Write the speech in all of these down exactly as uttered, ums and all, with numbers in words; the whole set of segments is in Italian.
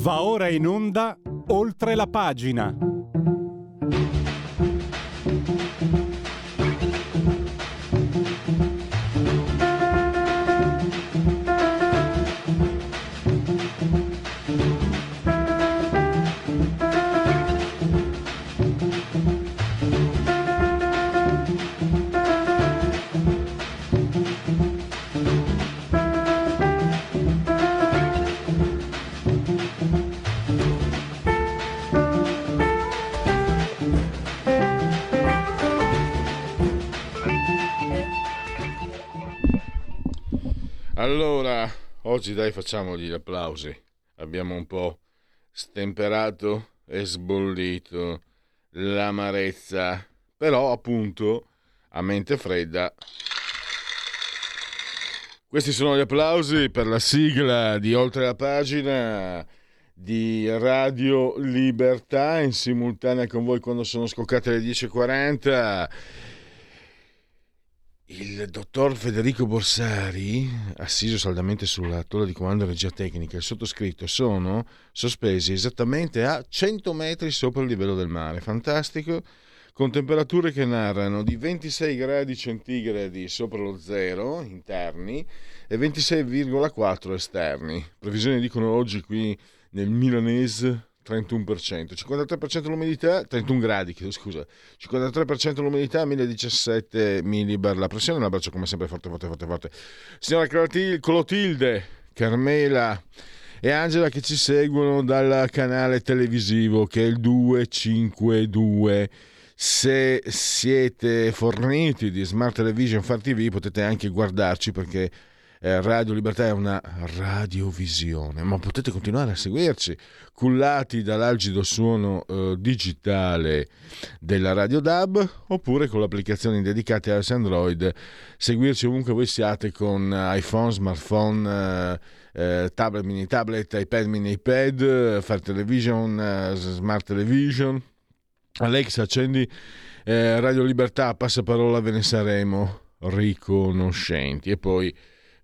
Va ora in onda Oltre la pagina. Allora, oggi dai facciamogli gli applausi. Abbiamo un po' stemperato e sbollito l'amarezza, però appunto a mente fredda. Questi sono gli applausi per la sigla di Oltre la pagina di Radio Libertà, in simultanea con voi quando sono scoccate le dieci e quaranta. Il dottor Federico Borsari, assiso saldamente sulla tolla di comando e regia tecnica, e il sottoscritto sono sospesi esattamente a cento metri sopra il livello del mare. Fantastico, con temperature che narrano di ventisei gradi centigradi sopra lo zero interni e ventisei virgola quattro esterni. Previsioni dicono oggi qui nel milanese trentuno per cento, cinquantatré per cento l'umidità, trentuno gradi, chiedo scusa, cinquantatré per cento l'umidità, mille diciassette millibar la pressione. Un abbraccio come sempre forte, forte, forte, forte. Signora Clotilde, Carmela e Angela che ci seguono dal canale televisivo che è il duecentocinquantadue. Se siete forniti di Smart Television Far T V potete anche guardarci, perché Radio Libertà è una radiovisione, ma potete continuare a seguirci cullati dall'algido suono eh, digitale della Radio D A B, oppure con le applicazioni dedicate a Android, seguirci ovunque voi siate con iPhone, smartphone, eh, eh, tablet, mini tablet, iPad, mini iPad, Far Television, eh, Smart Television. Alexa, accendi eh, Radio Libertà, passaparola, ve ne saremo riconoscenti. E poi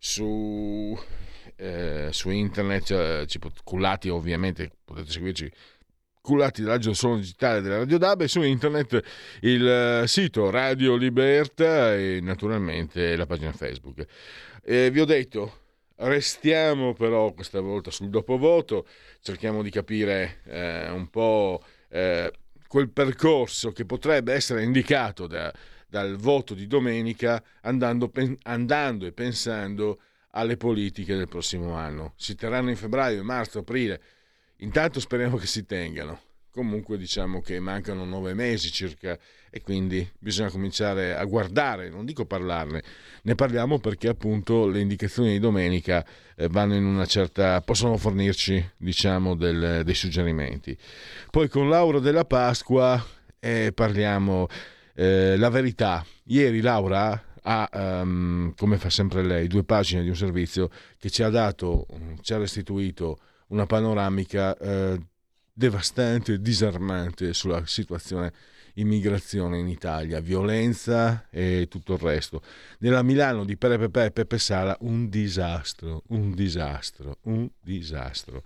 su, eh, su internet, eh, ci pot- cullati ovviamente, potete seguirci cullati dall'agio suono digitale della Radio D A B, e su internet il eh, sito Radio Libertà e naturalmente la pagina Facebook. Eh, vi ho detto, restiamo però questa volta sul dopovoto, cerchiamo di capire eh, un po' eh, quel percorso che potrebbe essere indicato da dal voto di domenica, andando, andando e pensando alle politiche del prossimo anno. Si terranno in febbraio, marzo, aprile. Intanto speriamo che si tengano. Comunque diciamo che mancano nove mesi circa, e quindi bisogna cominciare a guardare, non dico parlarne, ne parliamo perché appunto le indicazioni di domenica vanno in una certa, possono fornirci diciamo del, dei suggerimenti. Poi con Laura della Pasqua eh, parliamo Eh, la verità. Ieri Laura ha, um, come fa sempre lei, due pagine di un servizio che ci ha dato, ci ha restituito una panoramica eh, devastante, disarmante sulla situazione immigrazione in Italia, violenza e tutto il resto. Nella Milano di Pepe Pepe e Pepe Sala un disastro, un disastro, un disastro.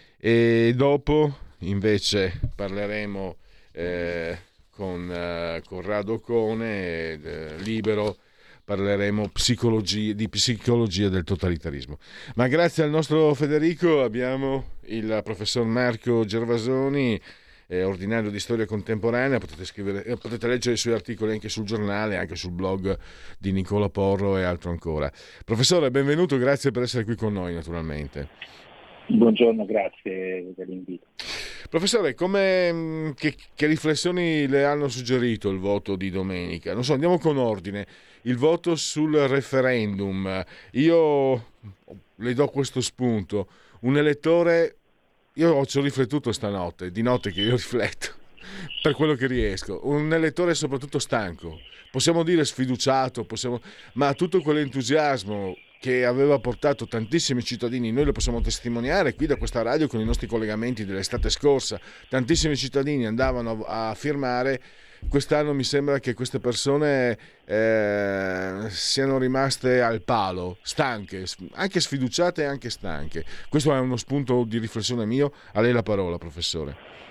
E dopo invece parleremo eh, con uh, Corrado Cone, eh, libero, parleremo psicologia, di psicologia del totalitarismo. Ma grazie al nostro Federico abbiamo il professor Marco Gervasoni, eh, ordinario di storia contemporanea. Potete scrivere, eh, potete leggere i suoi articoli anche sul giornale, anche sul blog di Nicola Porro e altro ancora. Professore, benvenuto, grazie per essere qui con noi naturalmente. Buongiorno, grazie dell'invito. Professore, come, che, che riflessioni le hanno suggerito il voto di domenica? Non so, andiamo con ordine. Il voto sul referendum. Io le do questo spunto. Un elettore, io ci ho riflettuto stanotte, di notte che io rifletto, per quello che riesco. Un elettore soprattutto stanco, possiamo dire sfiduciato, possiamo, ma tutto quell'entusiasmo che aveva portato tantissimi cittadini, noi lo possiamo testimoniare qui da questa radio con i nostri collegamenti dell'estate scorsa, tantissimi cittadini andavano a firmare quest'anno mi sembra che queste persone eh, siano rimaste al palo, stanche, anche sfiduciate e anche stanche. Questo è uno spunto di riflessione mio. A lei la parola, professore.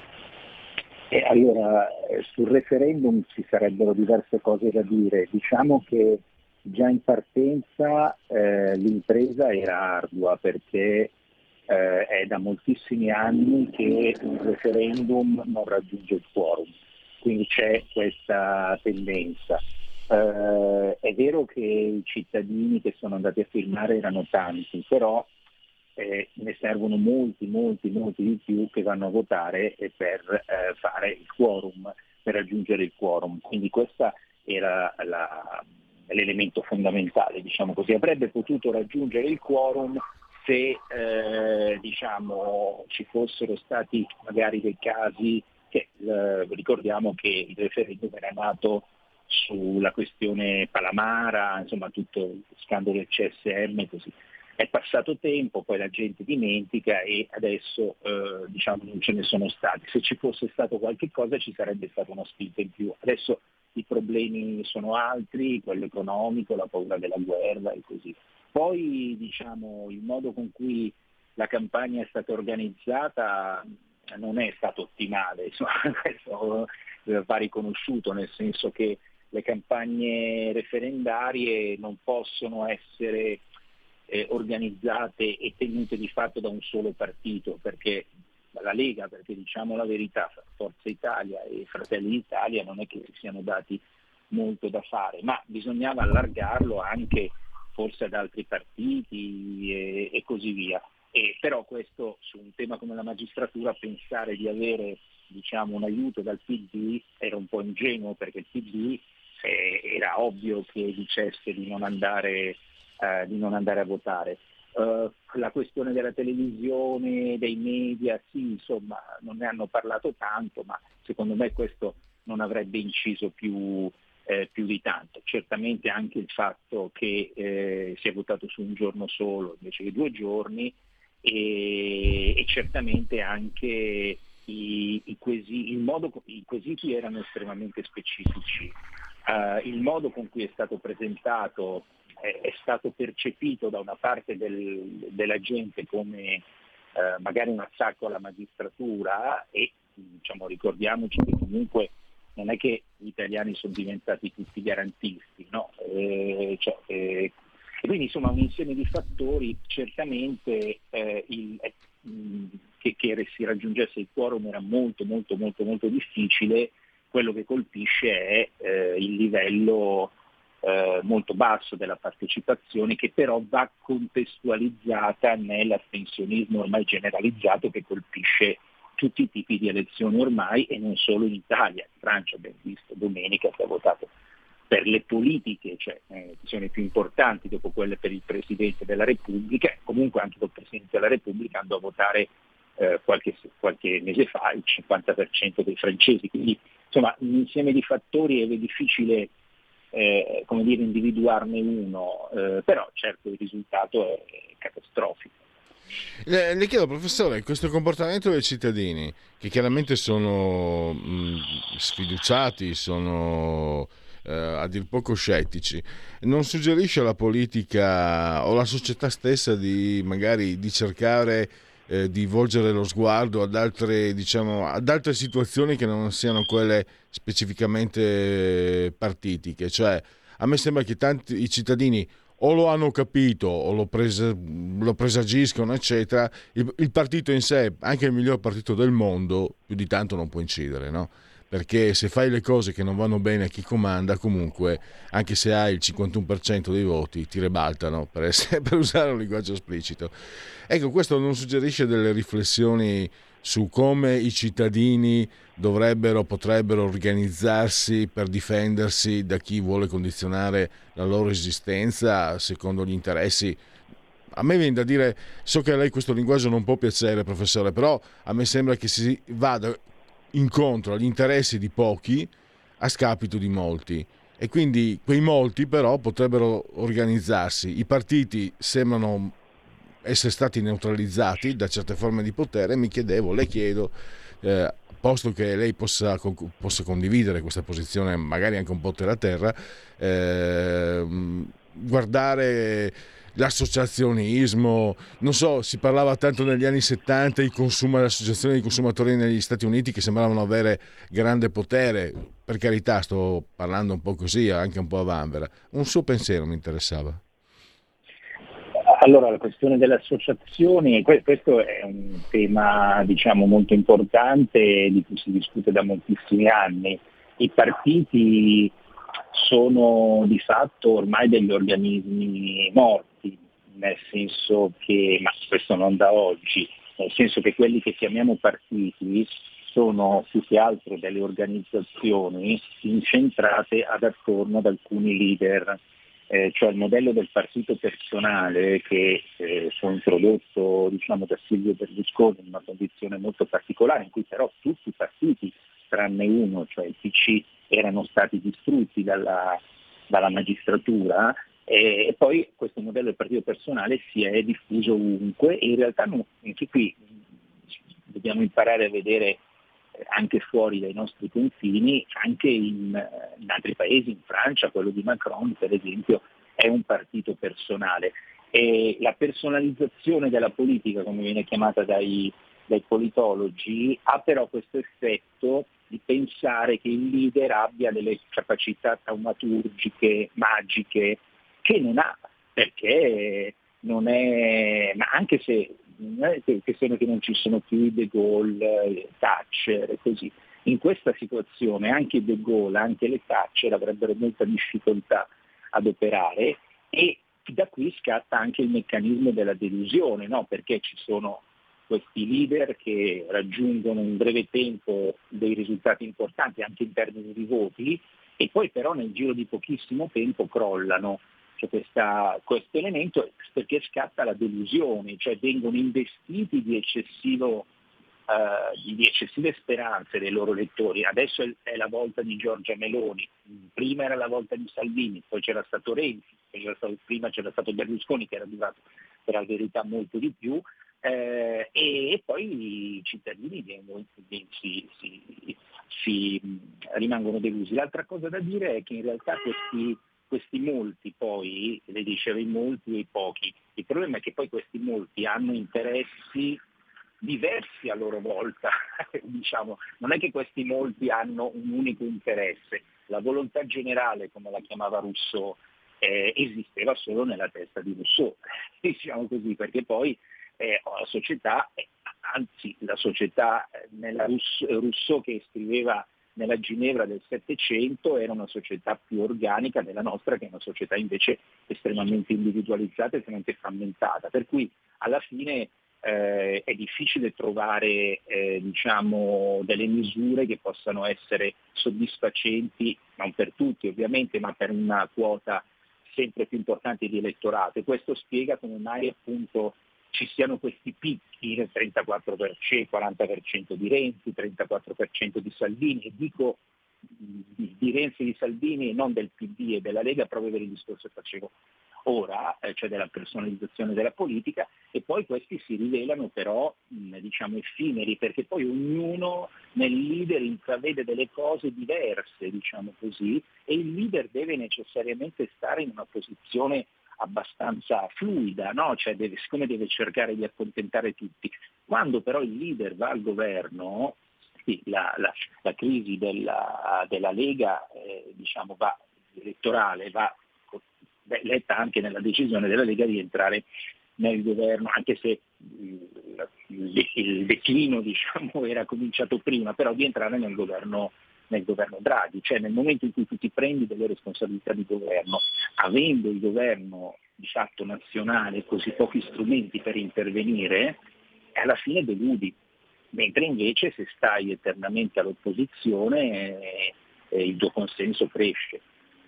E allora, sul referendum ci sarebbero diverse cose da dire. Diciamo che già in partenza eh, l'impresa era ardua, perché eh, è da moltissimi anni che un referendum non raggiunge il quorum, quindi c'è questa tendenza. Eh, è vero che i cittadini che sono andati a firmare erano tanti, però eh, ne servono molti, molti, molti di più che vanno a votare per eh, fare il quorum, per raggiungere il quorum. Quindi questa era la, l'elemento fondamentale, diciamo così. Avrebbe potuto raggiungere il quorum se eh, diciamo, ci fossero stati magari dei casi che eh, ricordiamo che il referendum era nato sulla questione Palamara, insomma tutto il scandalo del C S M e così. È passato tempo, poi la gente dimentica e adesso eh, diciamo non ce ne sono stati. Se ci fosse stato qualche cosa ci sarebbe stata una spinta in più. Adesso i problemi sono altri, quello economico, la paura della guerra e così. Poi diciamo il modo con cui la campagna è stata organizzata non è stato ottimale, insomma, questo va riconosciuto, nel senso che le campagne referendarie non possono essere eh, organizzate e tenute di fatto da un solo partito, perché la Lega, perché diciamo la verità, Forza Italia e Fratelli d'Italia non è che si siano dati molto da fare, ma bisognava allargarlo anche forse ad altri partiti e, e così via. E però questo, su un tema come la magistratura, pensare di avere diciamo un aiuto dal P D era un po' ingenuo, perché il P D eh, era ovvio che dicesse di non andare, eh, di non andare a votare. Uh, la questione della televisione, dei media, sì, insomma, non ne hanno parlato tanto, ma secondo me questo non avrebbe inciso più, eh, più di tanto. Certamente anche il fatto che eh, si è votato su un giorno solo invece che due giorni, e, e certamente anche i, i, quesi, il modo, i quesiti erano estremamente specifici. Uh, il modo con cui è stato presentato è, è stato percepito da una parte del, della gente come uh, magari un attacco alla magistratura, e diciamo, ricordiamoci che comunque non è che gli italiani sono diventati tutti garantisti, no? Eh, cioè, eh, e quindi insomma un insieme di fattori. Certamente eh, il, eh, che, che si raggiungesse il quorum era molto molto molto molto difficile. Quello che colpisce è eh, il livello eh, molto basso della partecipazione, che però va contestualizzata nell'astensionismo ormai generalizzato che colpisce tutti i tipi di elezioni ormai, e non solo in Italia. In Francia abbiamo visto domenica che ha votato per le politiche, cioè eh, che sono le più importanti dopo quelle per il Presidente della Repubblica. Comunque anche col Presidente della Repubblica andò a votare eh, qualche, qualche mese fa il cinquanta per cento dei francesi, quindi insomma un insieme di fattori è difficile eh, come dire, individuarne uno, eh, però certo il risultato è catastrofico. Le, le chiedo, professore, questo comportamento dei cittadini, che chiaramente sono mh, sfiduciati, sono eh, a dir poco scettici, non suggerisce alla politica o alla società stessa di magari di cercare eh, di volgere lo sguardo ad altre, diciamo, ad altre situazioni che non siano quelle specificamente partitiche? Cioè, a me sembra che tanti i cittadini o lo hanno capito o lo, pres- lo presagiscono, eccetera. Il, il partito in sé, anche il miglior partito del mondo, più di tanto non può incidere, no? Perché se fai le cose che non vanno bene a chi comanda, comunque, anche se hai il cinquantuno per cento dei voti, ti ribaltano, per, essere, per usare un linguaggio esplicito. Ecco, questo non suggerisce delle riflessioni su come i cittadini dovrebbero, potrebbero organizzarsi per difendersi da chi vuole condizionare la loro esistenza secondo gli interessi. A me viene da dire, so che a lei questo linguaggio non può piacere, professore, però a me sembra che si vada incontro agli interessi di pochi a scapito di molti, e quindi quei molti però potrebbero organizzarsi. I partiti sembrano essere stati neutralizzati da certe forme di potere. Mi chiedevo, le chiedo, eh, posto che lei possa, possa condividere questa posizione, magari anche un po' terra-terra, eh, guardare l'associazionismo, non so, si parlava tanto negli anni settanta di consuma, l'associazione dei consumatori negli Stati Uniti che sembravano avere grande potere, per carità sto parlando un po' così, anche un po' a vanvera. Un suo pensiero mi interessava. Allora, la questione delle associazioni, questo è un tema, diciamo, molto importante di cui si discute da moltissimi anni. I partiti sono di fatto ormai degli organismi morti, nel senso che, ma questo non da oggi, nel senso che quelli che chiamiamo partiti sono più che altro delle organizzazioni incentrate ad attorno ad alcuni leader. Eh, cioè il modello del partito personale che eh, fu introdotto, diciamo, da Silvio Berlusconi in una condizione molto particolare, in cui però tutti i partiti, tranne uno, cioè il P C, erano stati distrutti dalla, dalla magistratura, e, e poi questo modello del partito personale si è diffuso ovunque, e in realtà non, anche qui dobbiamo imparare a vedere anche fuori dai nostri confini, anche in, in altri paesi, in Francia, quello di Macron per esempio è un partito personale, e la personalizzazione della politica, come viene chiamata dai, dai politologi, ha però questo effetto di pensare che il leader abbia delle capacità taumaturgiche, magiche, che non ha, perché non è, ma anche se non è questione che non ci sono più i De Gaulle, Thatcher e così. In questa situazione anche De Gaulle, anche le Thatcher avrebbero molta difficoltà ad operare, e da qui scatta anche il meccanismo della delusione, no? Perché ci sono questi leader che raggiungono in breve tempo dei risultati importanti anche in termini di voti, e poi però nel giro di pochissimo tempo crollano. C'è questa, questo elemento perché scatta la delusione, cioè vengono investiti di, eccessivo, uh, di eccessive speranze dei loro lettori. Adesso è, è la volta di Giorgia Meloni, prima era la volta di Salvini, poi c'era stato Renzi, poi c'era stato, prima c'era stato Berlusconi che era durato per la verità molto di più, eh, e, e poi i cittadini vengono, si, si, si rimangono delusi. L'altra cosa da dire è che in realtà questi Questi molti poi, lei diceva i molti e i pochi, il problema è che poi questi molti hanno interessi diversi a loro volta, diciamo, non è che questi molti hanno un unico interesse, la volontà generale, come la chiamava Rousseau, eh, esisteva solo nella testa di Rousseau, diciamo così, perché poi eh, la società, eh, anzi la società eh, nella Rousseau, Rousseau che scriveva nella Ginevra del Settecento era una società più organica della nostra, che è una società invece estremamente individualizzata, estremamente frammentata, per cui alla fine eh, è difficile trovare eh, diciamo, delle misure che possano essere soddisfacenti, non per tutti ovviamente, ma per una quota sempre più importante di elettorato, e questo spiega come mai appunto ci siano questi picchi del trentaquattro per cento, quaranta per cento di Renzi, trentaquattro per cento di Salvini, e dico di, di Renzi e di Salvini e non del P D e della Lega proprio per il discorso che facevo ora, eh, cioè della personalizzazione della politica, e poi questi si rivelano però mh, diciamo effimeri, perché poi ognuno nel leader intravede delle cose diverse, diciamo così, e il leader deve necessariamente stare in una posizione abbastanza fluida, no? Cioè deve, siccome deve cercare di accontentare tutti. Quando però il leader va al governo, sì, la, la, la crisi della, della Lega eh, diciamo va elettorale va beh, letta anche nella decisione della Lega di entrare nel governo, anche se il, il, il declino diciamo era cominciato prima, però di entrare nel governo nel governo Draghi, cioè nel momento in cui tu ti prendi delle responsabilità di governo, avendo il governo di fatto nazionale così pochi strumenti per intervenire, alla fine deludi, mentre invece se stai eternamente all'opposizione eh, eh, il tuo consenso cresce.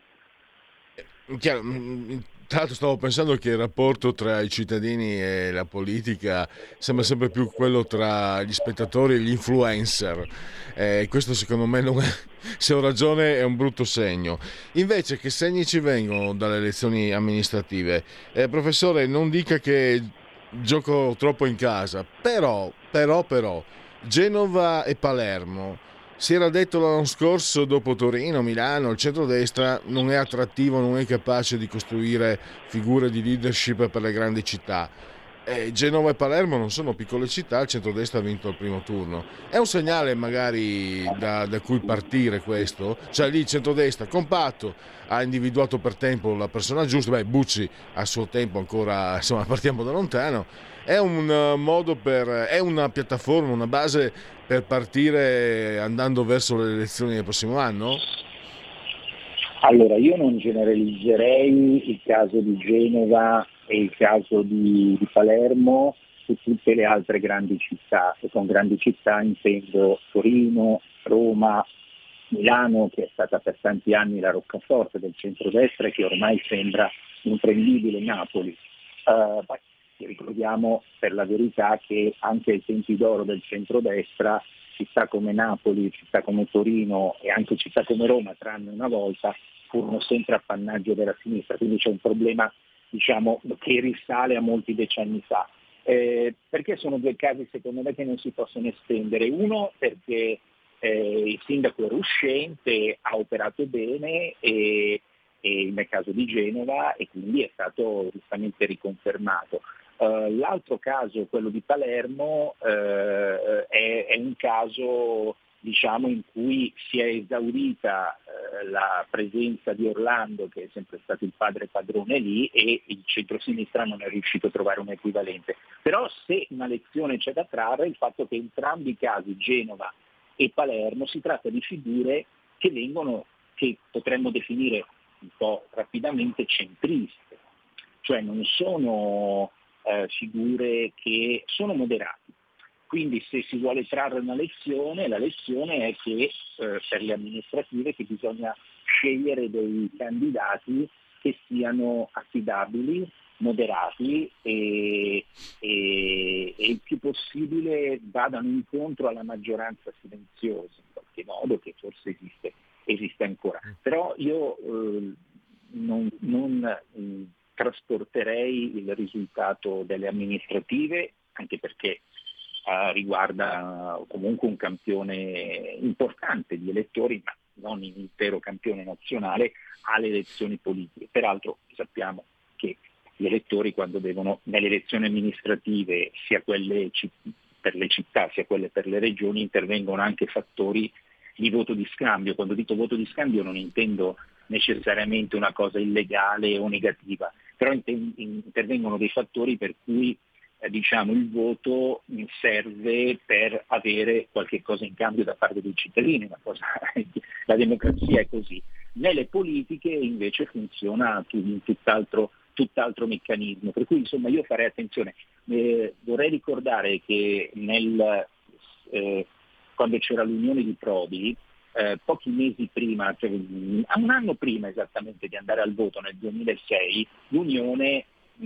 Chiaro, tra l'altro stavo pensando che il rapporto tra i cittadini e la politica sembra sempre più quello tra gli spettatori e gli influencer, eh, questo secondo me non è, se ho ragione è un brutto segno. Invece che segni ci vengono dalle elezioni amministrative? Eh, professore, non dica che gioco troppo in casa, però, però, però Genova e Palermo. Si era detto l'anno scorso, dopo Torino, Milano, il centrodestra non è attrattivo, non è capace di costruire figure di leadership per le grandi città. Eh, Genova e Palermo non sono piccole città, il centrodestra ha vinto il primo turno. È un segnale magari da, da cui partire questo? Cioè lì il centrodestra compatto, ha individuato per tempo la persona giusta, beh Bucci a suo tempo ancora, insomma partiamo da lontano. È un uh, modo per, è una piattaforma, una base per partire andando verso le elezioni del prossimo anno? Allora, io non generalizzerei il caso di Genova e il caso di, di Palermo su tutte le altre grandi città, e con grandi città intendo Torino, Roma, Milano, che è stata per tanti anni la roccaforte del centrodestra e che ormai sembra imprendibile, Napoli. Uh, ricordiamo per la verità che anche ai tempi d'oro del centrodestra città come Napoli, città come Torino e anche città come Roma, tranne una volta, furono sempre appannaggio della sinistra, quindi c'è un problema, diciamo, che risale a molti decenni fa. Eh, perché sono due casi secondo me che non si possono estendere? Uno perché eh, il sindaco era uscente, ha operato bene e, e nel caso di Genova e quindi è stato giustamente riconfermato. Uh, l'altro caso, quello di Palermo, uh, è, è un caso diciamo, in cui si è esaurita uh, la presenza di Orlando, che è sempre stato il padre padrone lì, e il centrosinistra non è riuscito a trovare un equivalente. Però se una lezione c'è da trarre è il fatto che in entrambi i casi, Genova e Palermo, si tratta di figure che vengono, che potremmo definire un po' rapidamente centriste, cioè non sono Eh, figure che sono moderati. Quindi se si vuole trarre una lezione, la lezione è che eh, per le amministrative che bisogna scegliere dei candidati che siano affidabili, moderati e, e, e il più possibile vadano incontro alla maggioranza silenziosa, in qualche modo, che forse esiste, esiste ancora. Però io eh, non... non mh, trasporterei il risultato delle amministrative, anche perché uh, riguarda comunque un campione importante di elettori, ma non l'intero campione nazionale, alle elezioni politiche. Peraltro sappiamo che gli elettori, quando devono, nelle elezioni amministrative, sia quelle per le città sia quelle per le regioni, intervengono anche fattori di voto di scambio. Quando dico voto di scambio non intendo necessariamente una cosa illegale o negativa, però intervengono dei fattori per cui eh, diciamo, il voto serve per avere qualche cosa in cambio da parte dei cittadini, una cosa, la democrazia è così. Nelle politiche invece funziona in tutt'altro, tutt'altro meccanismo, per cui insomma io farei attenzione. Eh, vorrei ricordare che nel, eh, quando c'era l'unione di Prodi, Eh, pochi mesi prima, cioè un anno prima esattamente di andare al voto nel duemilasei, l'Unione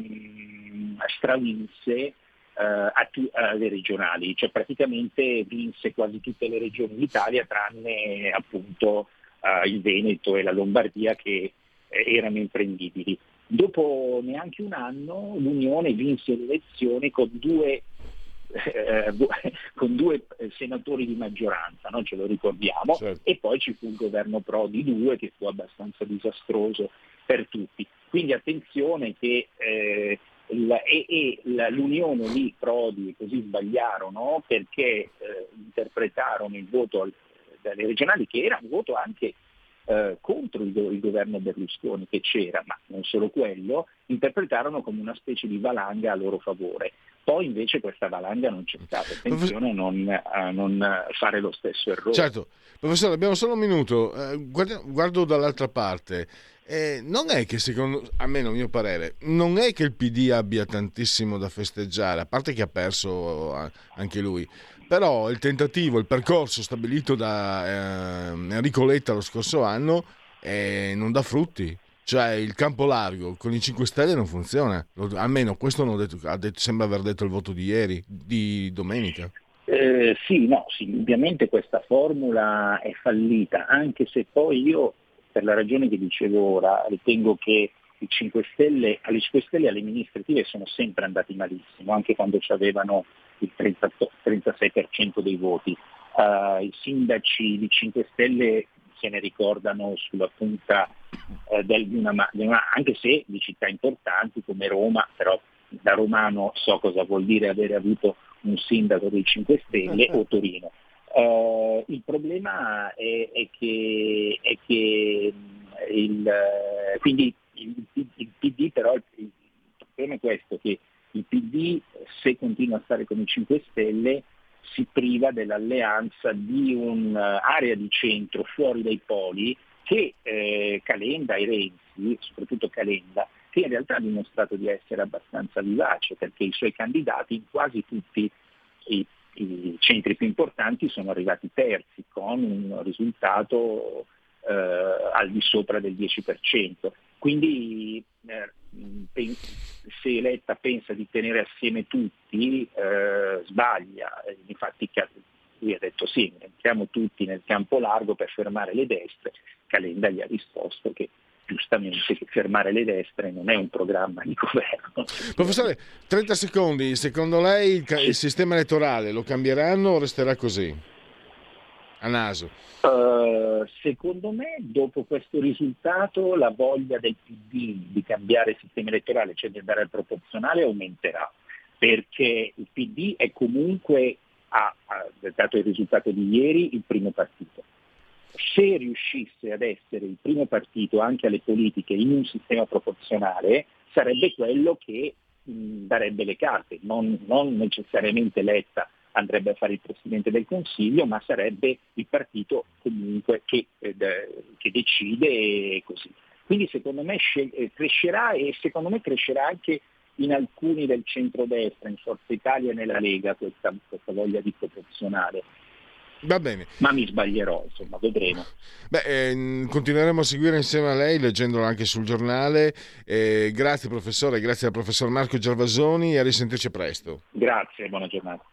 mh, stravinse eh, a tu, alle regionali, cioè praticamente vinse quasi tutte le regioni d'Italia tranne appunto eh, il Veneto e la Lombardia che eh, erano imprendibili. Dopo neanche un anno l'Unione vinse le elezioni con due Eh, con due senatori di maggioranza, no? Ce lo ricordiamo, certo. E poi ci fu il governo Prodi due che fu abbastanza disastroso per tutti. Quindi attenzione che eh, la, e, e la, l'unione lì Prodi così sbagliarono perché eh, interpretarono il voto al, dalle regionali, che era un voto anche eh, contro il, il governo Berlusconi che c'era, ma non solo quello, interpretarono come una specie di valanga a loro favore. Poi invece questa valanga non c'è stata, attenzione a non, a non fare lo stesso errore. Certo, professore, abbiamo solo un minuto, eh, guardo, guardo dall'altra parte, eh, non è che secondo, almeno a mio parere, non è che il P D abbia tantissimo da festeggiare, a parte che ha perso anche lui, però il tentativo, il percorso stabilito da eh, Enrico Letta lo scorso anno eh, non dà frutti. Cioè il campo largo con i cinque Stelle non funziona, almeno questo non ho detto, ha detto, sembra aver detto il voto di ieri, di domenica. Eh, sì, no, sì, ovviamente questa formula è fallita, anche se poi io, per la ragione che dicevo ora, ritengo che i cinque Stelle, alle cinque Stelle alle amministrative sono sempre andati malissimo, anche quando avevano il trenta, trentasei per cento dei voti. Uh, I sindaci di cinque Stelle se ne ricordano sulla punta uh, del, di, una, di una, anche se di città importanti come Roma, però da romano so cosa vuol dire avere avuto un sindaco dei cinque Stelle, o Torino. Uh, il problema è, è che, è che il, quindi il, il P D però il, il problema è questo, che il P D, se continua a stare con i cinque Stelle, si priva dell'alleanza di un'area di centro fuori dai poli che eh, Calenda e Renzi, soprattutto Calenda, che in realtà ha dimostrato di essere abbastanza vivace, perché i suoi candidati in quasi tutti i, i centri più importanti sono arrivati terzi, con un risultato eh, al di sopra del dieci per cento. Quindi eh, se Letta pensa di tenere assieme tutti, eh, sbaglia. Infatti lui ha detto sì, entriamo tutti nel campo largo per fermare le destre. Calenda gli ha risposto che giustamente che fermare le destre non è un programma di governo. Professore, trenta secondi, secondo lei il, il sistema elettorale lo cambieranno o resterà così? A naso. Uh, secondo me dopo questo risultato la voglia del P D di cambiare il sistema elettorale, cioè di andare al proporzionale, aumenterà, perché il P D è comunque, ha, ha, dato il risultato di ieri, il primo partito. Se riuscisse ad essere il primo partito anche alle politiche in un sistema proporzionale, sarebbe quello che mh, darebbe le carte, non, non necessariamente Letta andrebbe a fare il Presidente del Consiglio, ma sarebbe il partito comunque che, eh, che decide così. Quindi secondo me scel- crescerà, e secondo me crescerà anche in alcuni del centrodestra, in Forza Italia e nella Lega, questa, questa voglia di proporzionale. Va bene. Ma mi sbaglierò, insomma, vedremo. Beh, eh, continueremo a seguire insieme a lei, leggendolo anche sul giornale. Eh, grazie professore, grazie al professor Marco Gervasoni e a risentirci presto. Grazie, buona giornata.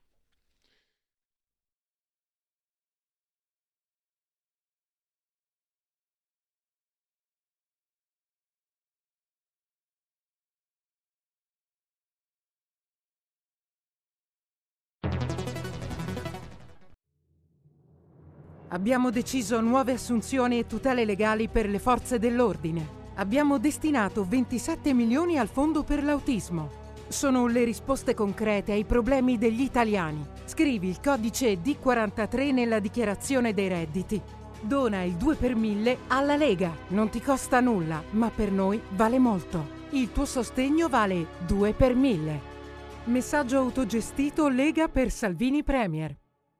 Abbiamo deciso nuove assunzioni e tutele legali per le forze dell'ordine. Abbiamo destinato ventisette milioni al fondo per l'autismo. Sono le risposte concrete ai problemi degli italiani. Scrivi il codice D quarantatré nella dichiarazione dei redditi. Dona il due per mille alla Lega. Non ti costa nulla, ma per noi vale molto. Il tuo sostegno vale due per mille. Messaggio autogestito Lega per Salvini Premier.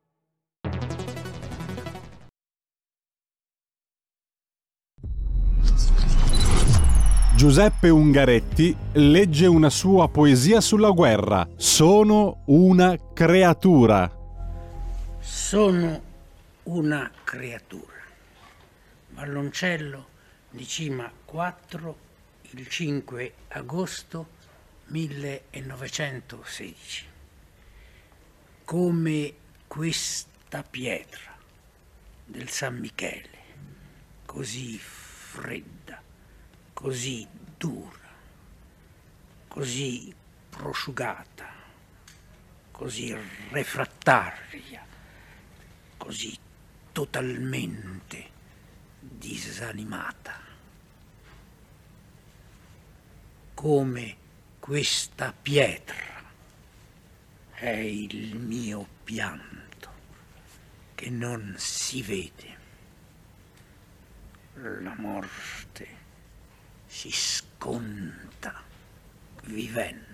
Giuseppe Ungaretti legge una sua poesia sulla guerra. Sono una creatura. Sono una creatura. Valloncello di Cima quattro, il cinque agosto millenovecentosedici. Come questa pietra del San Michele, così fredda, così dura, così prosciugata, così refrattaria, così totalmente disanimata. Come questa pietra è il mio pianto che non si vede. La morte si sconta vivendo.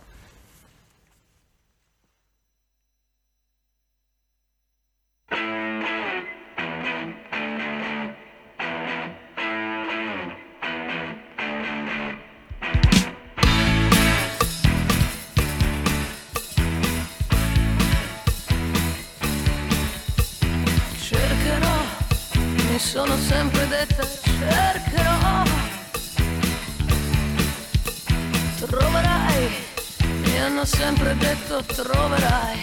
Cercherò, mi sono sempre detta, cercherò. Troverai, mi hanno sempre detto troverai.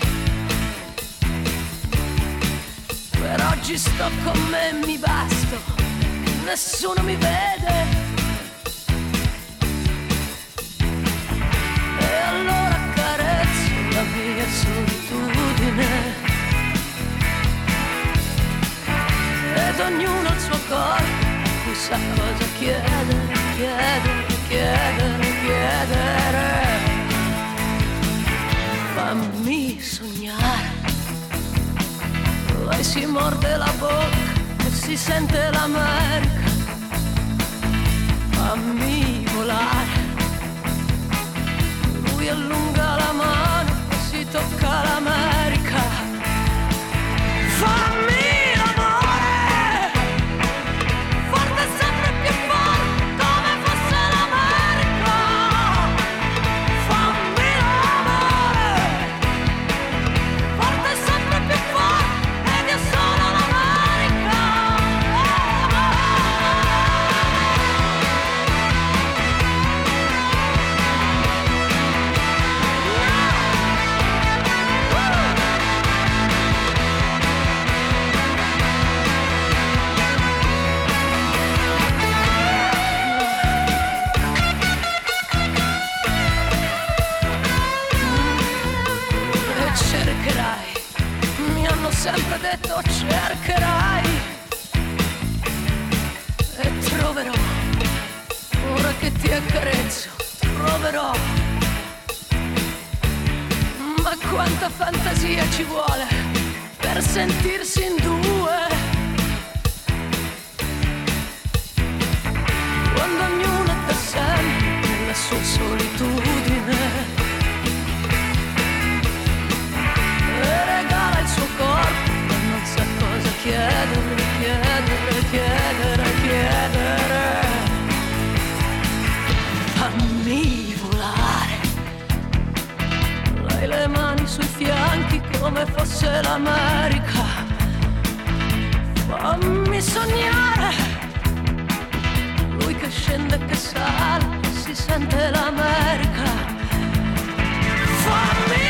Per oggi sto con me, mi basto, nessuno mi vede. sa cosa chiedere, chiedere, chiedere, chiedere. Fammi sognare. Lei si morde la bocca e si sente l'America. Fammi volare. Lui allunga la mano e si tocca l'America. Fammi sempre detto cercherai e troverò, ora che ti accarezzo, troverò. Ma quanta fantasia ci vuole per sentirsi in due, quando ognuno è da sempre nella sua solitudine. Regala il suo corpo, ma non sa cosa chiedere, chiedere, chiedere, chiedere. Fammi volare. Lei le mani sui fianchi come fosse l'America. Fammi sognare. Lui che scende e che sale, si sente l'America. Fammi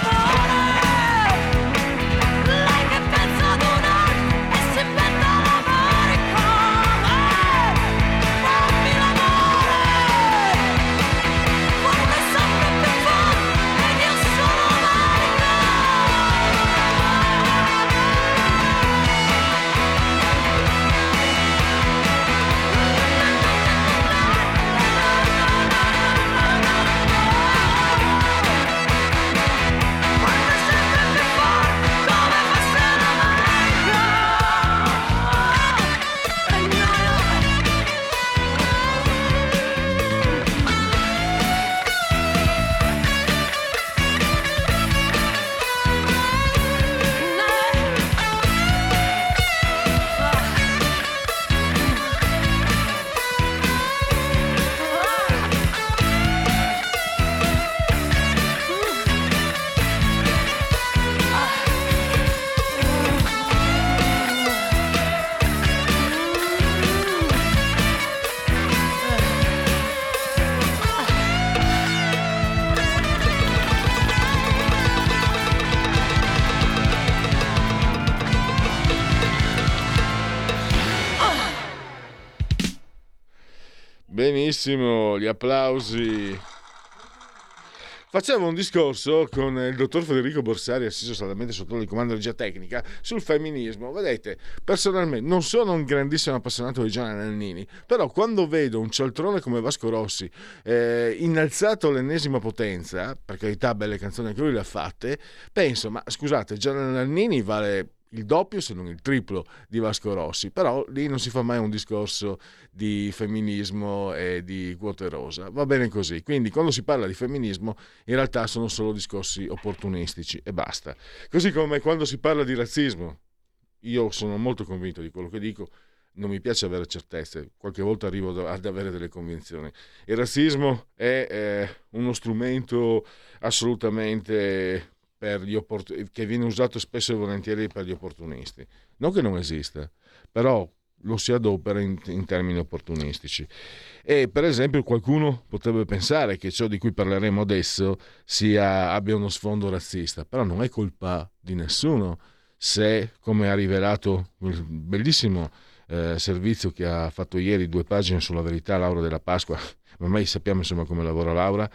Benissimo, gli applausi. Facevo un discorso con il dottor Federico Borsari, assiso saldamente sotto il comando di regia tecnica, sul femminismo. Vedete, personalmente non sono un grandissimo appassionato di Gianna Nannini, però quando vedo un cialtrone come Vasco Rossi eh, innalzato all'ennesima potenza, per carità belle canzoni che lui le ha fatte, penso, ma scusate, Gianna Nannini vale il doppio se non il triplo di Vasco Rossi, però lì non si fa mai un discorso di femminismo e di quote rosa, va bene così. Quindi quando si parla di femminismo in realtà sono solo discorsi opportunistici e basta, così come quando si parla di razzismo. Io sono molto convinto di quello che dico, non mi piace avere certezze, qualche volta arrivo ad avere delle convinzioni. Il razzismo è eh, uno strumento assolutamente per gli opport- che viene usato spesso e volentieri per gli opportunisti. Non che non esista, però lo si adopera in, in termini opportunistici. E per esempio qualcuno potrebbe pensare che ciò di cui parleremo adesso sia, abbia uno sfondo razzista, però non è colpa di nessuno se, come ha rivelato il bellissimo eh, servizio che ha fatto ieri, due pagine sulla Verità, Laura Della Pasqua, ormai sappiamo insomma come lavora Laura,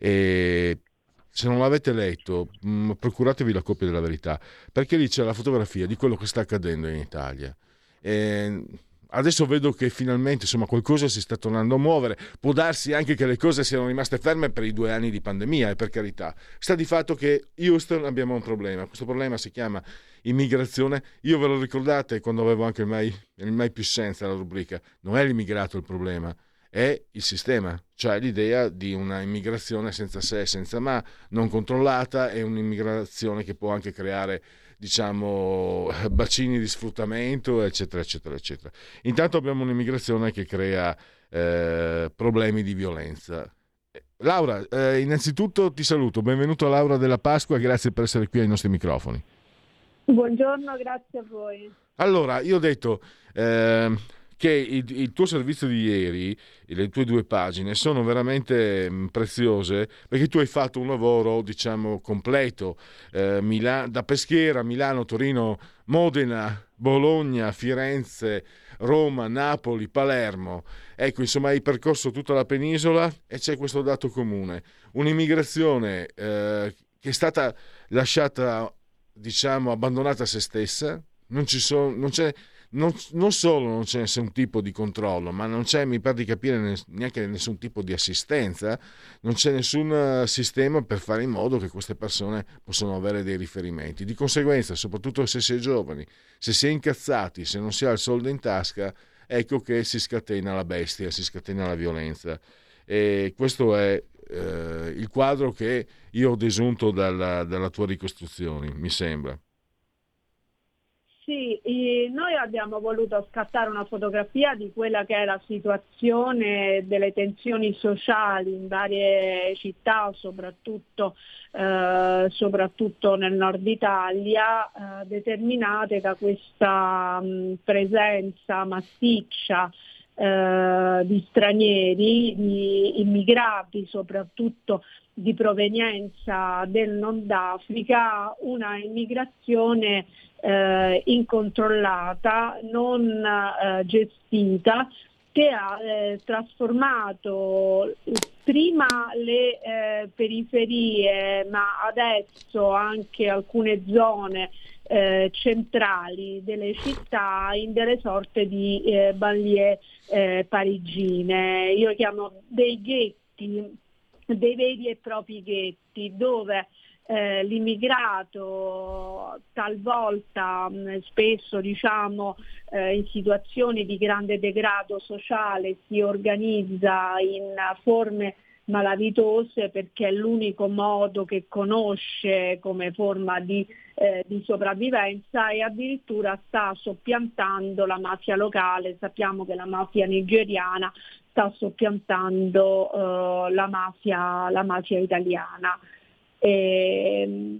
e se non l'avete letto, mh, procuratevi la copia della Verità, perché lì c'è la fotografia di quello che sta accadendo in Italia. E adesso vedo che finalmente insomma qualcosa si sta tornando a muovere. Può darsi anche che le cose siano rimaste ferme per i due anni di pandemia, e per carità. Sta di fatto che Houston abbiamo un problema. Questo problema si chiama immigrazione. Io ve lo ricordate quando avevo anche il mai, il mai più senza la rubrica? Non è l'immigrato il problema, è il sistema, cioè l'idea di una immigrazione senza se e senza ma, non controllata, e un'immigrazione che può anche creare, diciamo, bacini di sfruttamento, eccetera, eccetera, eccetera. Intanto abbiamo un'immigrazione che crea eh, problemi di violenza. Laura, eh, innanzitutto ti saluto, benvenuto a Laura della Pasqua, grazie per essere qui ai nostri microfoni. Buongiorno, grazie a voi. Allora, io ho detto eh, che il, il tuo servizio di ieri, le tue due pagine, sono veramente mh, preziose, perché tu hai fatto un lavoro, diciamo, completo, eh, Mila- da Peschiera, Milano, Torino, Modena, Bologna, Firenze, Roma, Napoli, Palermo. Ecco, insomma, hai percorso tutta la penisola e c'è questo dato comune: un'immigrazione eh, che è stata lasciata, diciamo, abbandonata a se stessa. Non ci sono, non c'è, non, non solo non c'è nessun tipo di controllo, ma non c'è, mi pare di capire, neanche nessun tipo di assistenza, non c'è nessun sistema per fare in modo che queste persone possano avere dei riferimenti. Di conseguenza, soprattutto se si è giovani, se si è incazzati, se non si ha il soldo in tasca, ecco che si scatena la bestia, si scatena la violenza. E questo è eh, il quadro che io ho desunto dalla, dalla tua ricostruzione, mi sembra. Sì, noi abbiamo voluto scattare una fotografia di quella che è la situazione delle tensioni sociali in varie città, soprattutto, eh, soprattutto nel nord Italia, eh, determinate da questa mh, presenza massiccia eh, di stranieri, di immigrati, soprattutto di provenienza del Nord Africa, una immigrazione eh, incontrollata, non eh, gestita, che ha eh, trasformato prima le eh, periferie, ma adesso anche alcune zone eh, centrali delle città in delle sorte di eh, banlieue eh, parigine. Io chiamo dei ghetti, dei veri e propri ghetti, dove eh, l'immigrato talvolta, mh, spesso diciamo eh, in situazioni di grande degrado sociale, si organizza in forme malavitose perché è l'unico modo che conosce come forma di, eh, di sopravvivenza, e addirittura sta soppiantando la mafia locale. Sappiamo che la mafia nigeriana sta soppiantando uh, la mafia, la mafia italiana. E,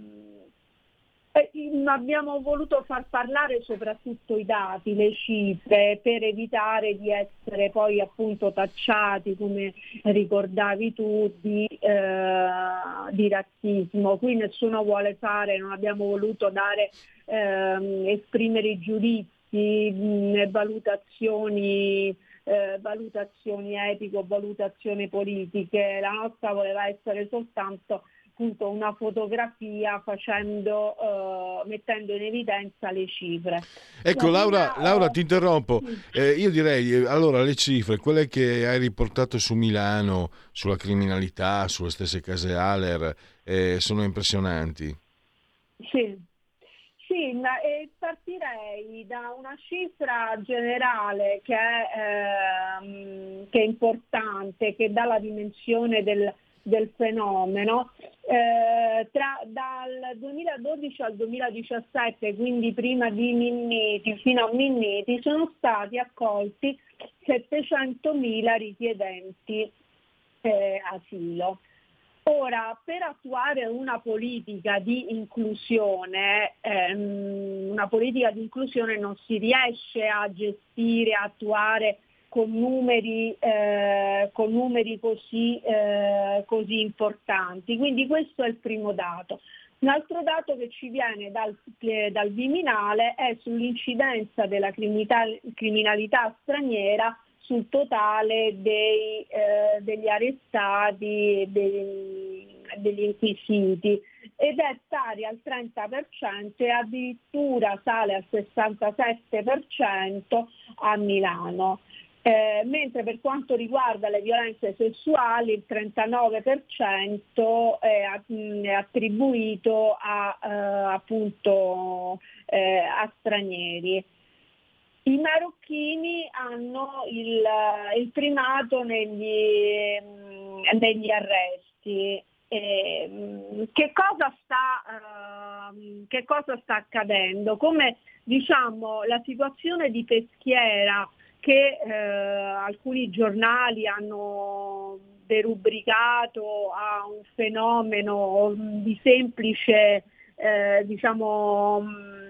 e, abbiamo voluto far parlare soprattutto i dati, le cifre, per evitare di essere poi appunto tacciati, come ricordavi tu, di, eh, di razzismo. Qui nessuno vuole fare, non abbiamo voluto dare, eh, esprimere giudizi, mh, valutazioni Eh, valutazioni etico, valutazioni politiche. La nostra voleva essere soltanto appunto una fotografia, facendo, eh, mettendo in evidenza le cifre. Ecco, La Laura, prima, Laura eh, ti interrompo. sì. Eh, io direi, eh, allora, le cifre, quelle che hai riportato su Milano, sulla criminalità, sulle stesse case Haller, eh, sono impressionanti. Sì. Sì, ma, eh, partirei da una cifra generale che è, ehm, che è importante, che dà la dimensione del, del fenomeno. Eh, tra, dal duemiladodici al duemiladiciassette, quindi prima di Minniti, fino a Minniti, sono stati accolti settecentomila richiedenti eh, asilo. Ora, per attuare una politica di inclusione, ehm, una politica di inclusione non si riesce a gestire, a attuare con numeri, eh, con numeri così, eh, così importanti. Quindi questo è il primo dato. Un altro dato che ci viene dal, eh, dal Viminale è sull'incidenza della criminalità, criminalità straniera sul totale dei, eh, degli arrestati, dei, degli inquisiti. ed è pari al trenta per cento e addirittura sale al sessantasette per cento a Milano. Eh, mentre per quanto riguarda le violenze sessuali il trentanove per cento è, è attribuito a, eh, appunto, eh, a stranieri. I marocchini hanno il, il primato negli, negli arresti. Eh, che cosa sta, uh, che cosa sta accadendo? Come diciamo la situazione di Peschiera che eh, alcuni giornali hanno derubricato a un fenomeno di semplice eh, diciamo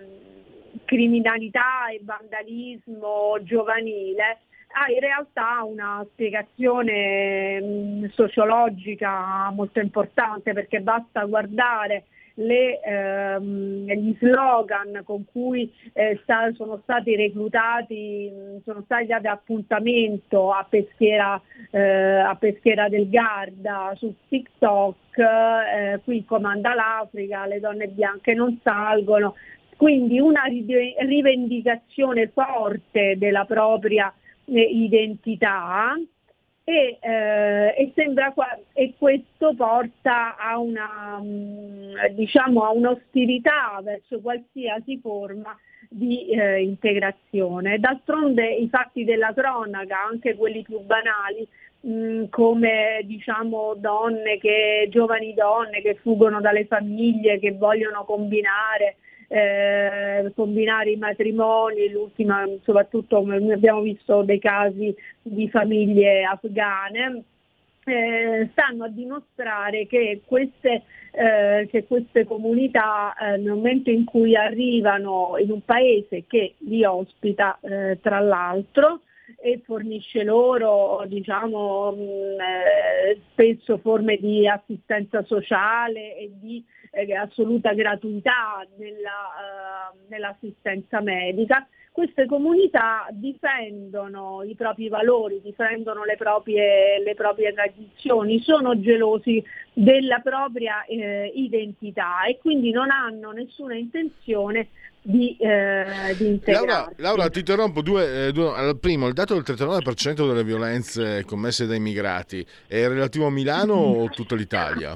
criminalità e vandalismo giovanile, ha in realtà una spiegazione mh, sociologica molto importante, perché basta guardare le, ehm, gli slogan con cui eh, sta, sono stati reclutati, sono stati dati appuntamento a Peschiera, eh, a Peschiera del Garda su TikTok, eh, qui comanda l'Africa, le donne bianche non salgono, quindi una rivendicazione forte della propria eh, identità. E, eh, e, sembra qua, e questo porta a una diciamo a un'ostilità verso qualsiasi forma di eh, integrazione. D'altronde i fatti della cronaca, anche quelli più banali, mh, come diciamo donne che giovani donne che fuggono dalle famiglie, che vogliono combinare Eh, combinare i matrimoni, l'ultima soprattutto abbiamo visto dei casi di famiglie afghane, eh, stanno a dimostrare che queste, eh, che queste comunità eh, nel momento in cui arrivano in un paese che li ospita eh, tra l'altro e fornisce loro diciamo mh, eh, spesso forme di assistenza sociale e di eh, assoluta gratuità nella, uh, nell'assistenza medica, queste comunità difendono i propri valori, difendono le proprie, le proprie tradizioni, sono gelosi della propria eh, identità e quindi non hanno nessuna intenzione di, eh, di integrarsi. Laura, Laura, ti interrompo due, eh, due al primo, il dato del trentanove per cento delle violenze commesse dai immigrati è relativo a Milano o tutta l'Italia?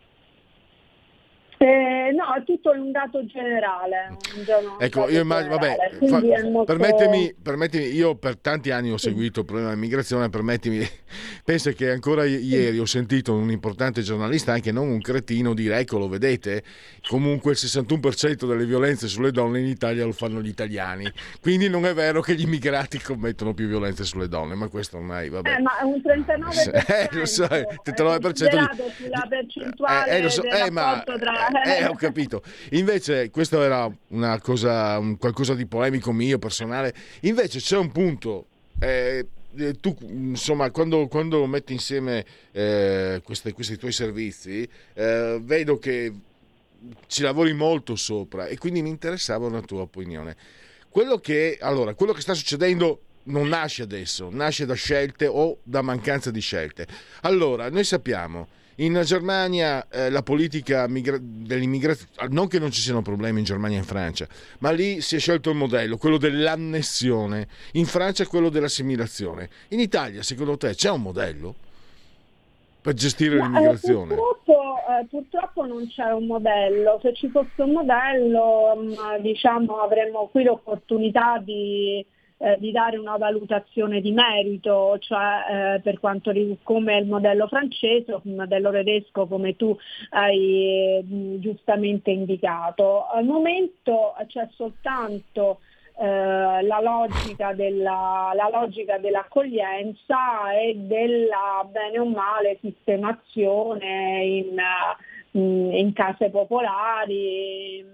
Eh, no, è tutto un dato generale. Un dato ecco, io immagino, vabbè, fa, molto... permettimi, permettimi, io per tanti anni ho seguito il problema dell'immigrazione, permettimi, penso che ancora ieri ho sentito un importante giornalista, anche non un cretino, dire eccolo, vedete, comunque il sessantuno per cento delle violenze sulle donne in Italia lo fanno gli italiani, quindi non è vero che gli immigrati commettono più violenze sulle donne, ma questo ormai, vabbè. Eh, ma è un trentanove per cento, eh, lo so, trentanove per cento di... sulla percentuale eh, eh, lo so, del eh, ma... tra... Eh, ho capito. Invece, questo era una cosa, un qualcosa di polemico mio, personale. Invece c'è un punto. Eh, tu, insomma, quando, quando metti insieme eh, queste, questi tuoi servizi, eh, vedo che ci lavori molto sopra e quindi mi interessava una tua opinione. Quello che, allora, quello che sta succedendo non nasce adesso, nasce da scelte o da mancanza di scelte. Allora, noi sappiamo. In Germania eh, la politica migra- dell'immigrazione, non che non ci siano problemi in Germania e in Francia, ma lì si è scelto il modello, quello dell'annessione, in Francia quello dell'assimilazione. In Italia, secondo te, c'è un modello per gestire Ma, l'immigrazione? Eh, purtroppo, eh, purtroppo non c'è un modello, se ci fosse un modello mh, diciamo avremmo qui l'opportunità di Eh, di dare una valutazione di merito, cioè eh, per quanto riguarda come il modello francese o il modello tedesco come tu hai mh, giustamente indicato. Al momento c'è soltanto eh, la logica della la logica dell'accoglienza e della bene o male sistemazione in, in case popolari,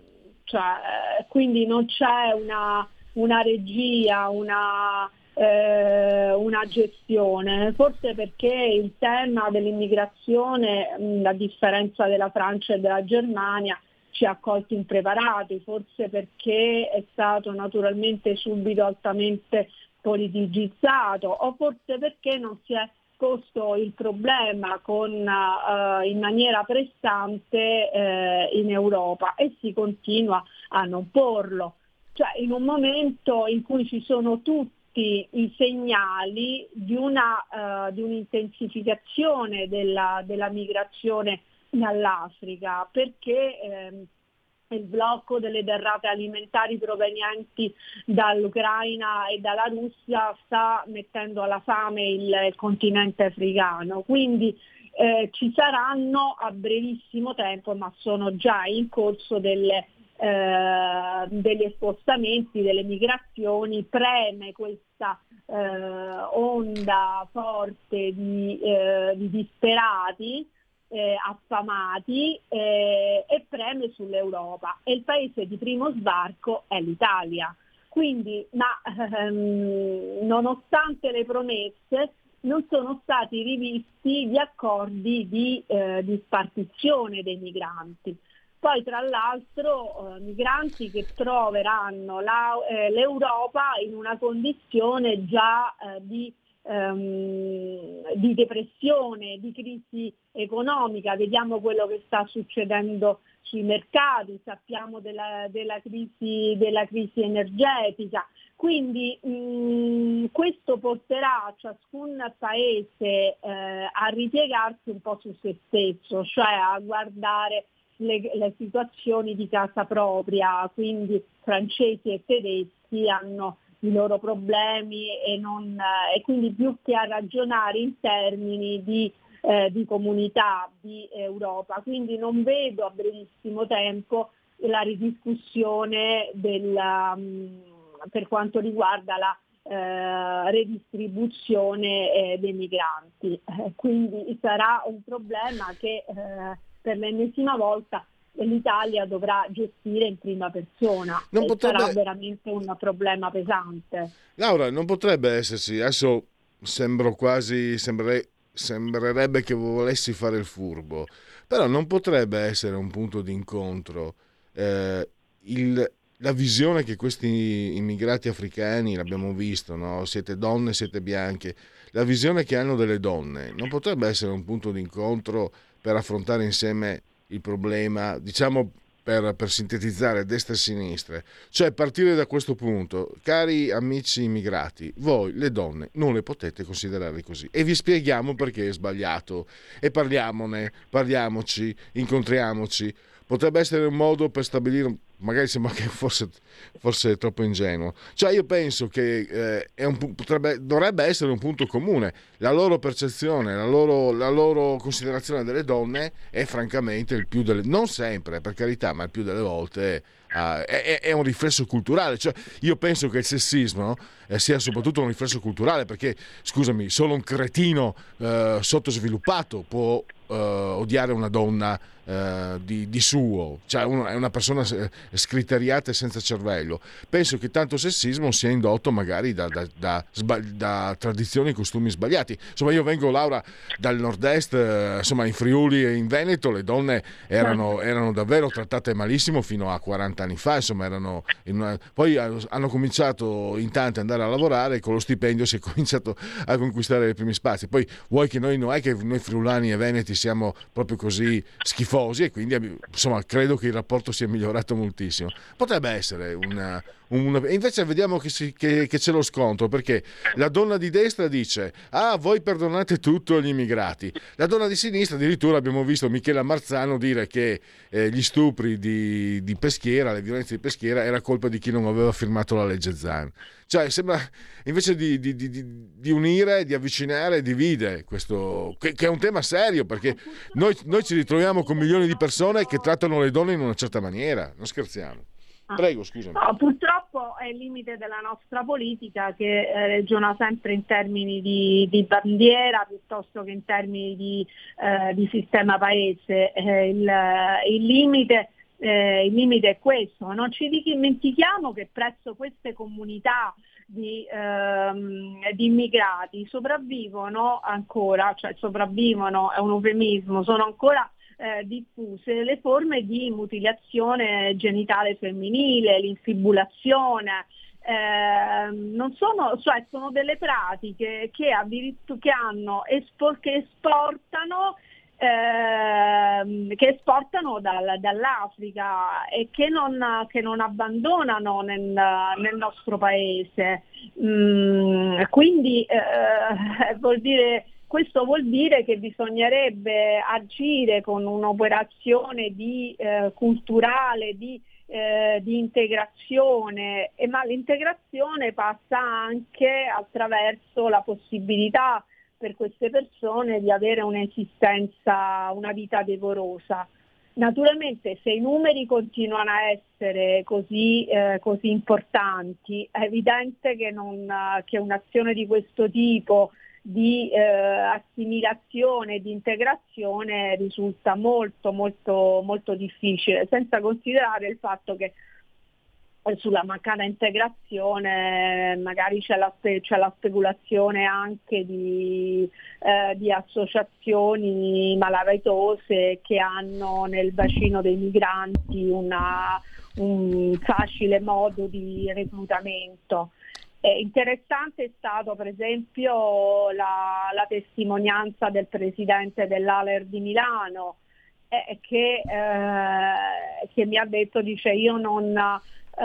cioè, quindi non c'è una una regia, una, eh, una gestione, forse perché il tema dell'immigrazione, mh, a differenza della Francia e della Germania, ci ha colti impreparati, forse perché è stato naturalmente subito altamente politicizzato o forse perché non si è nascosto il problema con, eh, in maniera pressante eh, in Europa e si continua a non porlo. Cioè, in un momento in cui ci sono tutti i segnali di, una, uh, di un'intensificazione della, della migrazione dall'Africa, perché ehm, il blocco delle derrate alimentari provenienti dall'Ucraina e dalla Russia sta mettendo alla fame il, il continente africano. Quindi eh, ci saranno a brevissimo tempo, ma sono già in corso delle Eh, degli spostamenti, delle migrazioni. Preme questa eh, onda forte di, eh, di disperati eh, affamati eh, e preme sull'Europa, e il paese di primo sbarco è l'Italia. Quindi, ma ehm, nonostante le promesse, non sono stati rivisti gli accordi di, eh, di spartizione dei migranti. Poi tra l'altro eh, migranti che troveranno la, eh, l'Europa in una condizione già eh, di, ehm, di depressione, di crisi economica. Vediamo quello che sta succedendo sui mercati, sappiamo della, della, crisi, della crisi energetica. Quindi mh, questo porterà ciascun paese eh, a ripiegarsi un po' su se stesso, cioè a guardare Le, le situazioni di casa propria. Quindi francesi e tedeschi hanno i loro problemi e, non, e quindi più che a ragionare in termini di, eh, di comunità, di Europa. Quindi non vedo a brevissimo tempo la ridiscussione del, um, per quanto riguarda la eh, redistribuzione eh, dei migranti. Eh, quindi sarà un problema che eh, per l'ennesima volta l'Italia dovrà gestire in prima persona. Non e potrebbe... sarà veramente un problema pesante. Laura, non potrebbe esserci, adesso sembro quasi, sembrere, sembrerebbe che volessi fare il furbo, però non potrebbe essere un punto di incontro eh, il, la visione che questi immigrati africani, l'abbiamo visto, no? Siete donne, siete bianche, la visione che hanno delle donne non potrebbe essere un punto di incontro per affrontare insieme il problema, diciamo per, per sintetizzare destra e sinistra, cioè partire da questo punto. Cari amici immigrati, voi le donne non le potete considerare così e vi spieghiamo perché è sbagliato e parliamone, parliamoci, incontriamoci. Potrebbe essere un modo per stabilire, magari sembra che forse, forse è troppo ingenuo, cioè io penso che eh, è un, potrebbe, dovrebbe essere un punto comune. La loro percezione, la loro, la loro considerazione delle donne è francamente il più delle, non sempre per carità, ma il più delle volte uh, è, è un riflesso culturale. Cioè io penso che il sessismo eh, sia soprattutto un riflesso culturale, perché scusami, solo un cretino eh, sottosviluppato può Uh, odiare una donna uh, di, di suo, cioè uno, è una persona scriteriata e senza cervello. Penso che tanto sessismo sia indotto magari da, da, da, da, da tradizioni e costumi sbagliati. Insomma, io vengo, Laura, dal nord-est, uh, insomma in Friuli e in Veneto le donne erano, erano davvero trattate malissimo fino a quaranta anni fa, insomma erano in una... poi hanno cominciato in tanti ad andare a lavorare e con lo stipendio si è cominciato a conquistare i primi spazi. Poi vuoi che noi non è che noi friulani e veneti siamo proprio così schifosi, e quindi insomma credo che il rapporto sia migliorato moltissimo. Potrebbe essere una, una... e invece vediamo che, si, che, che c'è lo scontro, perché la donna di destra dice ah, voi perdonate tutto agli immigrati, la donna di sinistra addirittura abbiamo visto Michela Marzano dire che eh, gli stupri di, di Peschiera, le violenze di Peschiera era colpa di chi non aveva firmato la legge Zan. Cioè sembra invece di, di, di, di unire, di avvicinare, divide questo, che, che è un tema serio, perché noi, noi ci ritroviamo con milioni di persone che trattano le donne in una certa maniera, non scherziamo. Prego, scusami. No, purtroppo è il limite della nostra politica, che eh, ragiona sempre in termini di, di bandiera piuttosto che in termini di, eh, di sistema paese. Eh, il, il limite Eh, il limite è questo. Non ci dimentichiamo che presso queste comunità di, ehm, di immigrati sopravvivono ancora, cioè sopravvivono è un eufemismo, sono ancora eh, diffuse le forme di mutilazione genitale femminile, l'infibulazione, eh, non sono, cioè sono delle pratiche che addirittura che hanno espor- che esportano eh, che esportano dal, dall'Africa e che non, che non abbandonano nel, nel nostro paese. Mm, quindi eh, vuol dire Questo vuol dire che bisognerebbe agire con un'operazione di, eh, culturale, di, eh, di integrazione, e, ma l'integrazione passa anche attraverso la possibilità per queste persone di avere un'esistenza, una vita decorosa. Naturalmente se i numeri continuano a essere così, eh, così importanti, è evidente che, non, che un'azione di questo tipo di eh, assimilazione, di integrazione risulta molto molto molto difficile, senza considerare il fatto che sulla mancata integrazione magari c'è la, spe- c'è la speculazione anche di, eh, di associazioni malavitose che hanno nel bacino dei migranti una, un facile modo di reclutamento. Eh, interessante è stato per esempio la, la testimonianza del presidente dell'A L E R di Milano eh, che, eh, che mi ha detto, dice io non, eh,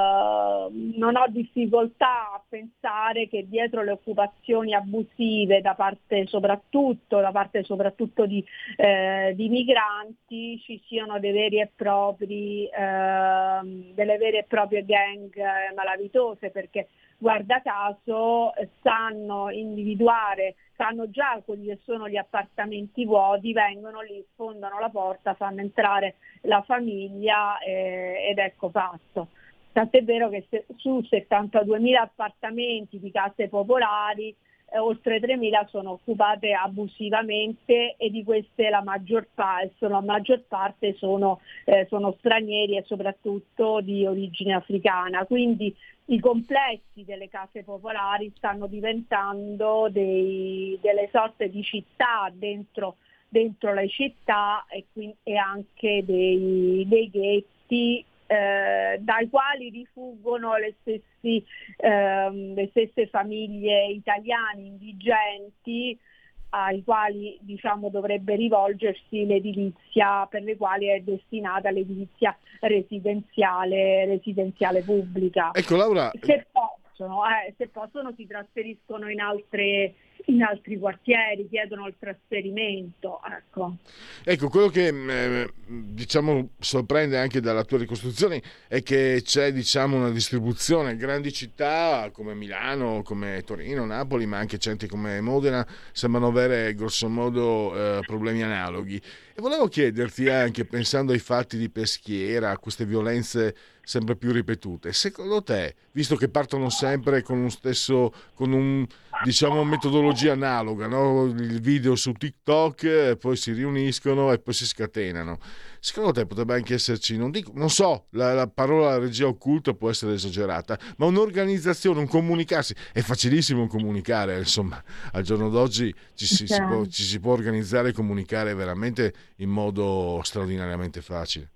non ho difficoltà a pensare che dietro le occupazioni abusive da parte soprattutto, da parte soprattutto di, eh, di migranti ci siano dei veri e propri, eh, delle vere e proprie gang malavitose, perché guarda caso sanno individuare, sanno già quelli che sono gli appartamenti vuoti, vengono lì, sfondano la porta, fanno entrare la famiglia eh, ed ecco fatto. Tant'è vero che se, su settantaduemila appartamenti di case popolari eh, oltre tremila sono occupate abusivamente, e di queste la maggior parte sono, la maggior parte sono, eh, sono stranieri e soprattutto di origine africana. Quindi i complessi delle case popolari stanno diventando dei, delle sorte di città dentro, dentro le città e, quindi, e anche dei, dei ghetti eh, dai quali rifuggono le, stessi, ehm, le stesse famiglie italiane indigenti, ai quali diciamo dovrebbe rivolgersi l'edilizia, per le quali è destinata l'edilizia residenziale, residenziale pubblica. Ecco Laura, se possono, eh, se possono si trasferiscono in altre in altri quartieri, chiedono il trasferimento. Ecco, ecco quello che eh, diciamo sorprende anche dalla tua ricostruzione è che c'è diciamo una distribuzione, grandi città come Milano, come Torino, Napoli, ma anche centri come Modena sembrano avere grosso modo eh, problemi analoghi. E volevo chiederti anche, pensando ai fatti di Peschiera, a queste violenze sempre più ripetute, secondo te, visto che partono sempre con un stesso, con un diciamo metodologia analoga, no? Il video su TikTok, poi si riuniscono e poi si scatenano, secondo te potrebbe anche esserci, non dico, non so, la, la parola regia occulta può essere esagerata, ma un'organizzazione, un comunicarsi, è facilissimo comunicare, insomma, al giorno d'oggi ci si, si può, ci si può organizzare e comunicare veramente in modo straordinariamente facile.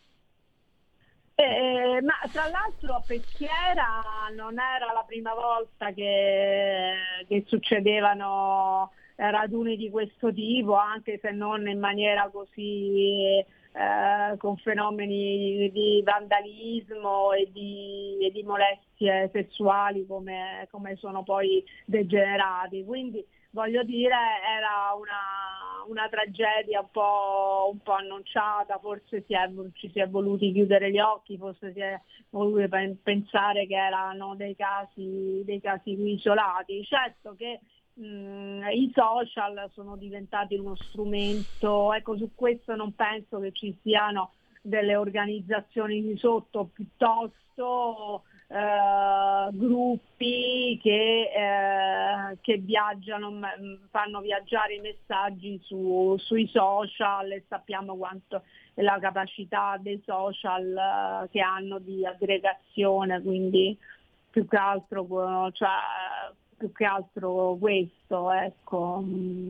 Eh, ma tra l'altro a Peschiera non era la prima volta che, che succedevano raduni di questo tipo, anche se non in maniera così eh, con fenomeni di vandalismo e di, e di molestie sessuali come, come sono poi degenerati. Quindi voglio dire, era una, una tragedia un po', un po' annunciata, forse si è, ci si è voluti chiudere gli occhi, forse si è voluto pensare che erano dei casi, dei casi isolati. Certo che mh, i social sono diventati uno strumento, ecco, su questo non penso che ci siano delle organizzazioni di sotto, piuttosto Uh, gruppi che, uh, che viaggiano, fanno viaggiare i messaggi su, sui social, e sappiamo quanto è la capacità dei social uh, che hanno di aggregazione, quindi più che altro, cioè, più che altro questo, ecco.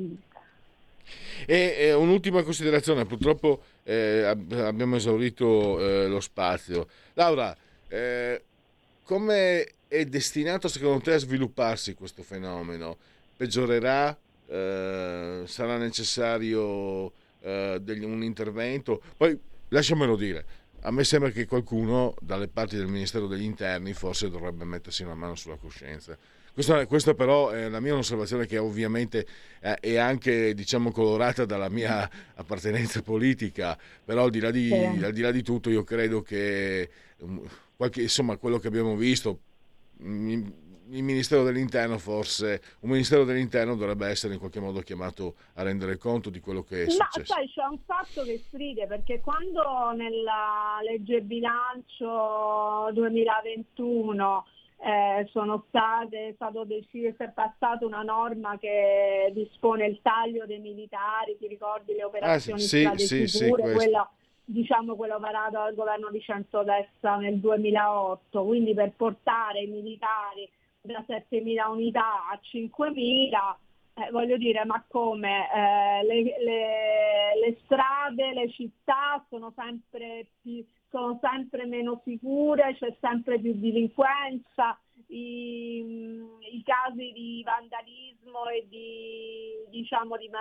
E eh, un'ultima considerazione, purtroppo eh, abbiamo esaurito eh, lo spazio. Laura, eh, come è destinato secondo te a svilupparsi questo fenomeno? Peggiorerà? Eh, sarà necessario eh, degli, un intervento? Poi lasciamelo dire, a me sembra che qualcuno dalle parti del Ministero degli Interni forse dovrebbe mettersi una mano sulla coscienza. Questa, questa però è la mia osservazione, che ovviamente è anche, diciamo, colorata dalla mia appartenenza politica, però al di là di, sì. al di là di tutto io credo che qualche, insomma, quello che abbiamo visto, il Ministero dell'Interno forse un Ministero dell'Interno dovrebbe essere in qualche modo chiamato a rendere conto di quello che è successo. Ma sai, c'è un fatto che stride, perché quando nella legge bilancio duemilaventuno Eh, sono state, è stato deciso, è passata una norma che dispone il taglio dei militari, ti ricordi le operazioni ah, sì, strade sì, sicure, sì, quella, diciamo quello operato dal governo di centrodestra nel duemilaotto, quindi per portare i militari da settemila unità a cinquemila, eh, voglio dire, ma come eh, le, le, le strade, le città sono sempre più sono sempre meno sicure, c'è sempre più delinquenza, i, i casi di vandalismo e di, diciamo, di,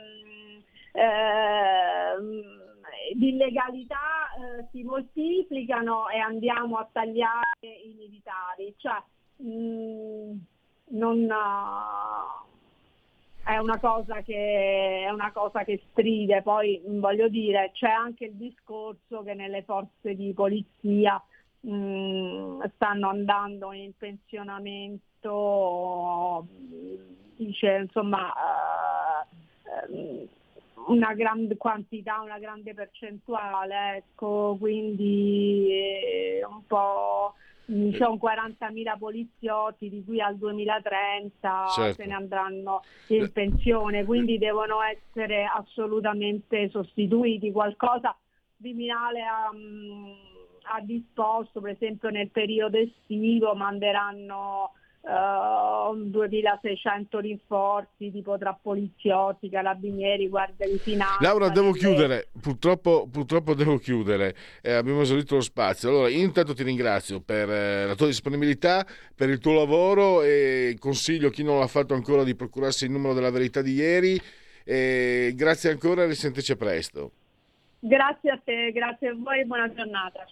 eh, di illegalità eh, si moltiplicano e andiamo a tagliare i militari. Cioè, mh, non... Uh, È una cosa che è una cosa che stride. Poi voglio dire, c'è anche il discorso che nelle forze di polizia mh, stanno andando in pensionamento, dice insomma uh, una grande quantità, una grande percentuale, ecco, quindi è un po'. C'è un quarantamila poliziotti di qui al duemilatrenta, certo. Se ne andranno in pensione, quindi devono essere assolutamente sostituiti. Qualcosa Viminale ha, ha disposto, per esempio nel periodo estivo manderanno uh, duemilaseicento rinforzi tipo tra poliziotti, carabinieri, guardia di finanza. Laura, devo chiudere, purtroppo, purtroppo devo chiudere, eh, abbiamo esaurito lo spazio. Allora, io intanto ti ringrazio per eh, la tua disponibilità, per il tuo lavoro, e consiglio a chi non l'ha fatto ancora di procurarsi il numero della Verità di ieri. E grazie ancora, risentirci presto. Grazie a te, grazie a voi e buona giornata.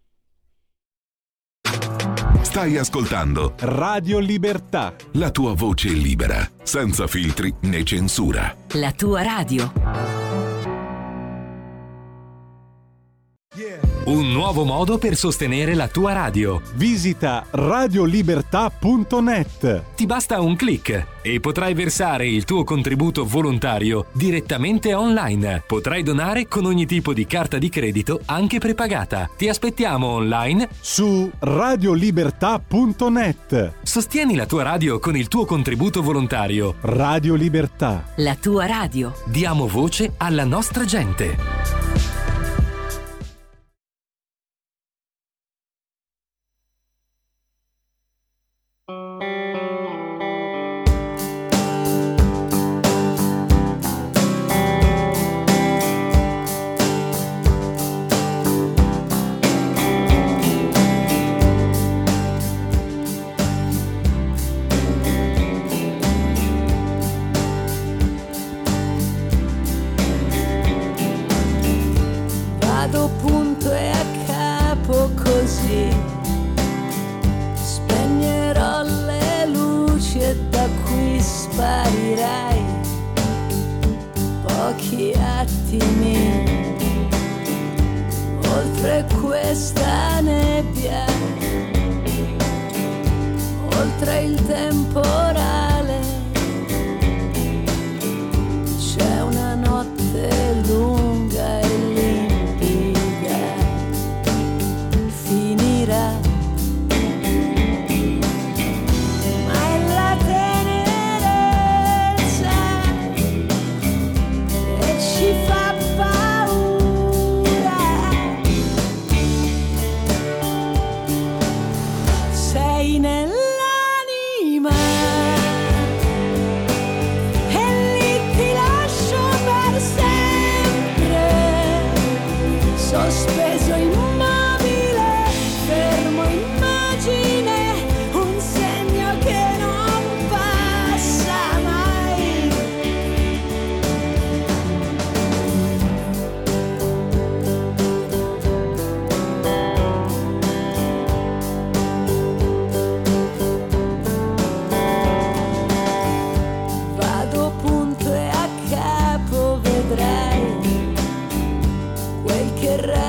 Stai ascoltando Radio Libertà, la tua voce libera, senza filtri né censura. La tua radio. Un nuovo modo per sostenere la tua radio. Visita radiolibertà punto net. Ti basta un click e potrai versare il tuo contributo volontario direttamente online. Potrai donare con ogni tipo di carta di credito, anche prepagata. Ti aspettiamo online su radiolibertà punto net. Sostieni la tua radio con il tuo contributo volontario. Radio Libertà. La tua radio. Diamo voce alla nostra gente.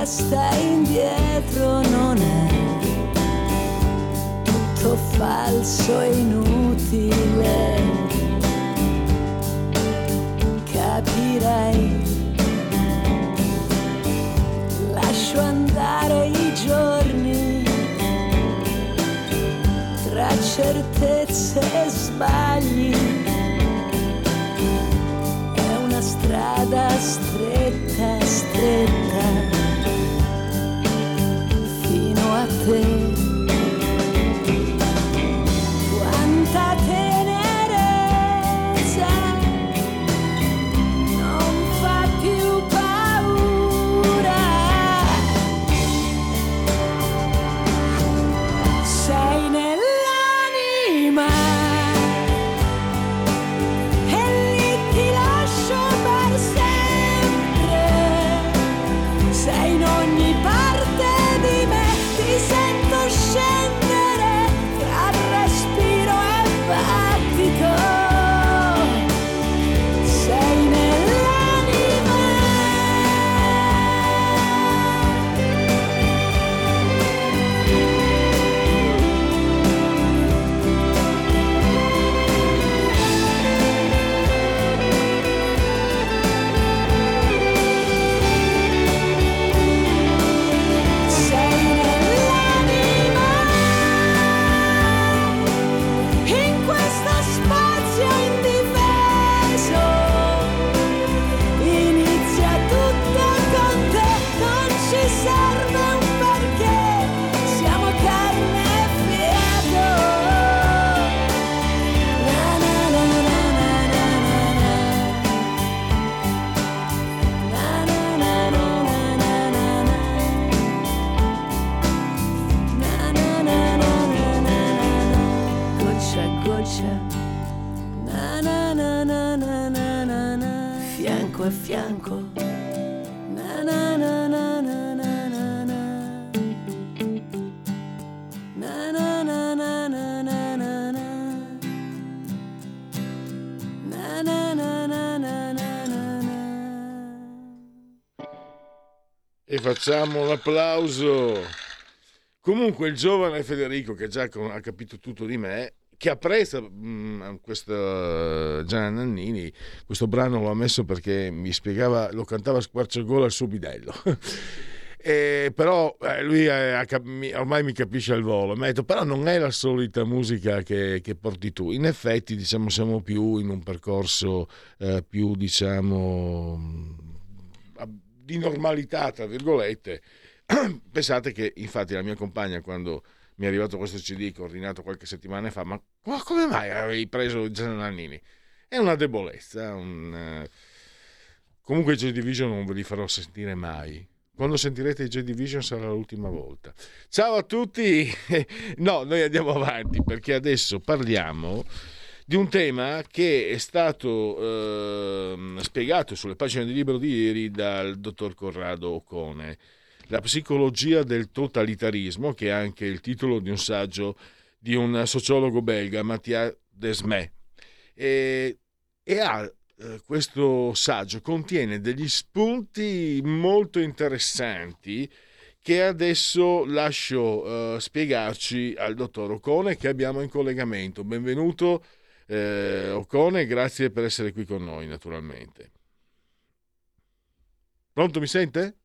resta indietro, non è tutto falso e inutile, capirai. Lascio andare i giorni tra certezze e sbagli, è una strada stretta, stretta fino a te. Quanta tenerezza non fa più paura, sei nell'anima e lì ti lascio per sempre, sei in ogni parte di me, ti sento scendere tra respiro e battito, sei nell'anima. Sei nell'anima, in questo spazio indifeso, inizia tutto con te, non ci serve un perché, siamo carne e fiato. Na na na na na na na. Na na na na na na na. Na na na na na na. Goccia a goccia, na na na na na na na na. Fianco a fianco, na na na na na na na na. Na na na na na na na na. Na na na na na na na na. E facciamo un applauso. Comunque il giovane Federico, che già ha capito tutto di me, che apprezza mh, questo Gianna Nannini, questo brano l'ho messo perché mi spiegava, lo cantava a squarciagola al suo bidello. E però eh, lui è, ormai mi capisce al volo, mi ha detto però non è la solita musica che, che porti tu. In effetti, diciamo, siamo più in un percorso eh, più, diciamo, di normalità, tra virgolette. Pensate che infatti la mia compagna, quando mi è arrivato questo C D che ho ordinato qualche settimana fa, ma, ma come mai avevi preso Gianna Nannini? È una debolezza, un... comunque i Joy Division non ve li farò sentire mai. Quando sentirete i Joy Division sarà l'ultima volta. Ciao a tutti. No, noi andiamo avanti perché adesso parliamo di un tema che è stato eh, spiegato sulle pagine di Libero di ieri dal dottor Corrado Ocone, la psicologia del totalitarismo, che è anche il titolo di un saggio di un sociologo belga, Mathias Desmet. E, e ha eh, questo saggio contiene degli spunti molto interessanti che adesso lascio eh, spiegarci al dottor Ocone, che abbiamo in collegamento. Benvenuto eh, Ocone, grazie per essere qui con noi naturalmente. Pronto, mi sente?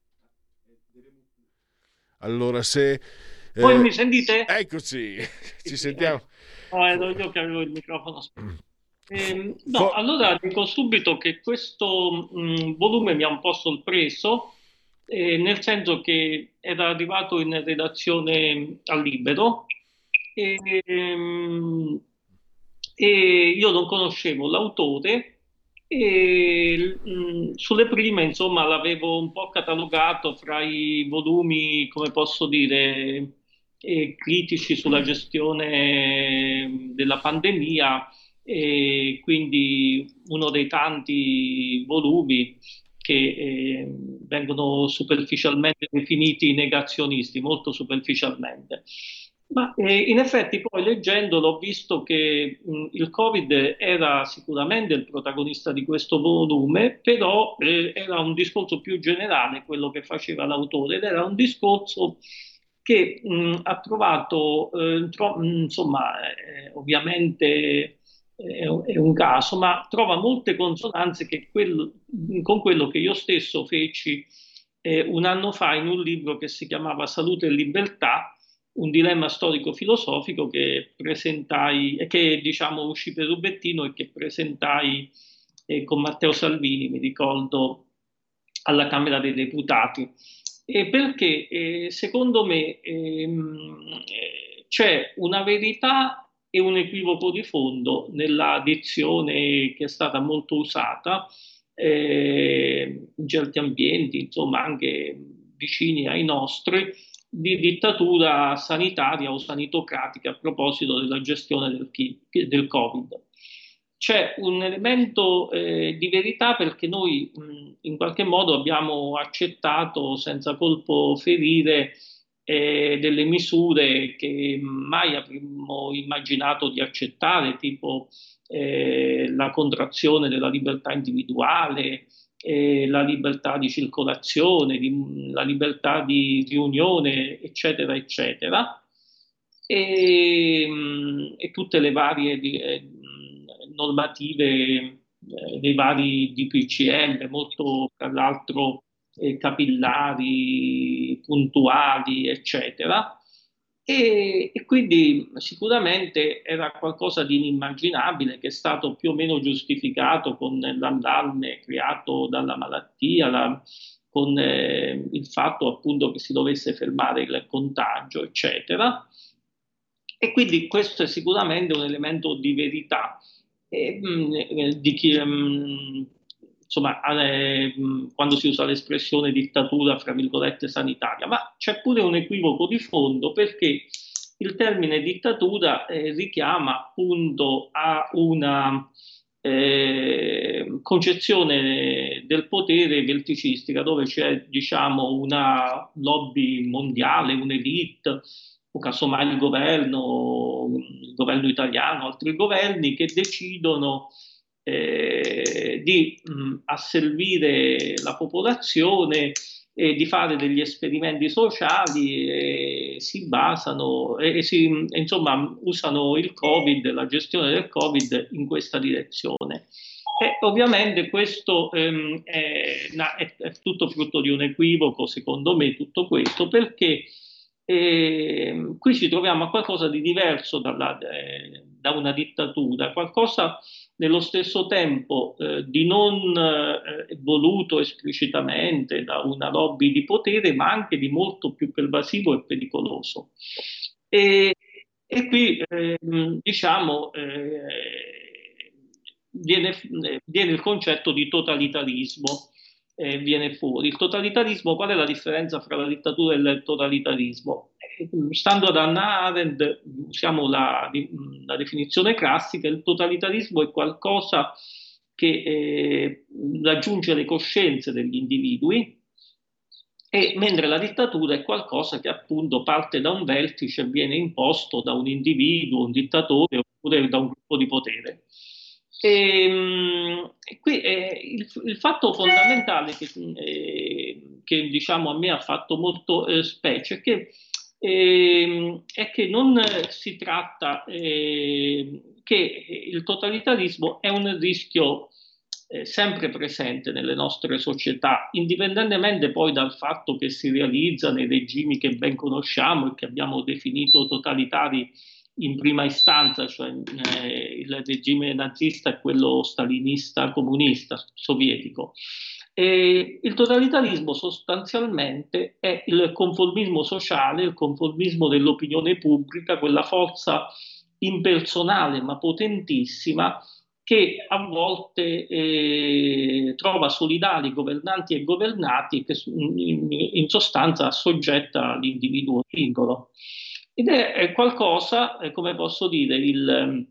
Allora se... Eh, Voi mi sentite? Eccoci, ci sentiamo. No, ero io che avevo il microfono spento. Eh, no, allora dico subito che questo mh, volume mi ha un po' sorpreso, eh, nel senso che era arrivato in redazione al Libero e, ehm, e io non conoscevo l'autore e mh, sulle prime insomma l'avevo un po' catalogato fra i volumi, come posso dire, eh, critici sulla gestione della pandemia, e quindi uno dei tanti volumi che eh, vengono superficialmente definiti negazionisti, molto superficialmente. Ma eh, in effetti poi leggendolo ho visto che mh, il Covid era sicuramente il protagonista di questo volume, però eh, era un discorso più generale quello che faceva l'autore ed era un discorso che mh, ha trovato, eh, tro- mh, insomma, eh, ovviamente eh, è un è un caso, ma trova molte consonanze che quello- con quello che io stesso feci eh, un anno fa in un libro che si chiamava Salute e Libertà, un dilemma storico-filosofico che presentai, e che diciamo uscì per Rubettino e che presentai eh, con Matteo Salvini, mi ricordo, alla Camera dei Deputati. E perché eh, secondo me ehm, eh, c'è una verità e un equivoco di fondo nella dizione che è stata molto usata eh, in certi ambienti, insomma anche vicini ai nostri, di dittatura sanitaria o sanitocratica a proposito della gestione del, chi- del Covid. C'è un elemento eh, di verità perché noi mh, in qualche modo abbiamo accettato senza colpo ferire eh, delle misure che mai avremmo immaginato di accettare, tipo eh, la contrazione della libertà individuale, eh, la libertà di circolazione, di- la libertà di riunione, eccetera, eccetera, e, mh, e tutte le varie di- eh, mh, normative eh, dei vari D P C M, molto tra l'altro eh, capillari, puntuali, eccetera. E, e quindi sicuramente era qualcosa di inimmaginabile che è stato più o meno giustificato con l'allarme creato dalla malattia, la- con eh, il fatto appunto che si dovesse fermare il contagio, eccetera. E quindi questo è sicuramente un elemento di verità eh, mh, eh, di chi, mh, insomma, eh, mh, quando si usa l'espressione dittatura, fra virgolette, sanitaria, ma c'è pure un equivoco di fondo perché il termine dittatura eh, richiama appunto a una eh, concezione del potere verticistica dove c'è, diciamo, una lobby mondiale, un'elite o casomai il governo, il governo italiano, altri governi che decidono eh, di mh, asservire la popolazione e di fare degli esperimenti sociali e si basano e, e si, insomma, usano il Covid, la gestione del Covid in questa direzione. E ovviamente questo ehm, è, è, è tutto frutto di un equivoco, secondo me, tutto questo, perché e qui ci troviamo a qualcosa di diverso dalla, eh, da una dittatura, qualcosa nello stesso tempo eh, di non eh, voluto esplicitamente da una lobby di potere, ma anche di molto più pervasivo e pericoloso. E, e qui ehm, diciamo eh, viene, viene il concetto di totalitarismo eh, viene fuori. Il totalitarismo, qual è la differenza fra la dittatura e il totalitarismo? Eh, Stando ad Hannah Arendt, usiamo la, la definizione classica, il totalitarismo è qualcosa che eh, raggiunge le coscienze degli individui, e mentre la dittatura è qualcosa che appunto parte da un vertice, viene imposto da un individuo, un dittatore oppure da un gruppo di potere. E, mh, e qui eh, il, il fatto fondamentale che, eh, che, diciamo a me ha fatto molto eh, specie è che, eh, è che non si tratta eh, che il totalitarismo è un rischio eh, sempre presente nelle nostre società, indipendentemente poi dal fatto che si realizza nei regimi che ben conosciamo e che abbiamo definito totalitari in prima istanza, cioè eh, il regime nazista e quello stalinista comunista sovietico. E il totalitarismo sostanzialmente è il conformismo sociale, il conformismo dell'opinione pubblica, quella forza impersonale ma potentissima che a volte eh, trova solidali governanti e governati che in, in sostanza assoggetta l'individuo singolo. Ed è, è qualcosa, eh, come posso dire, il,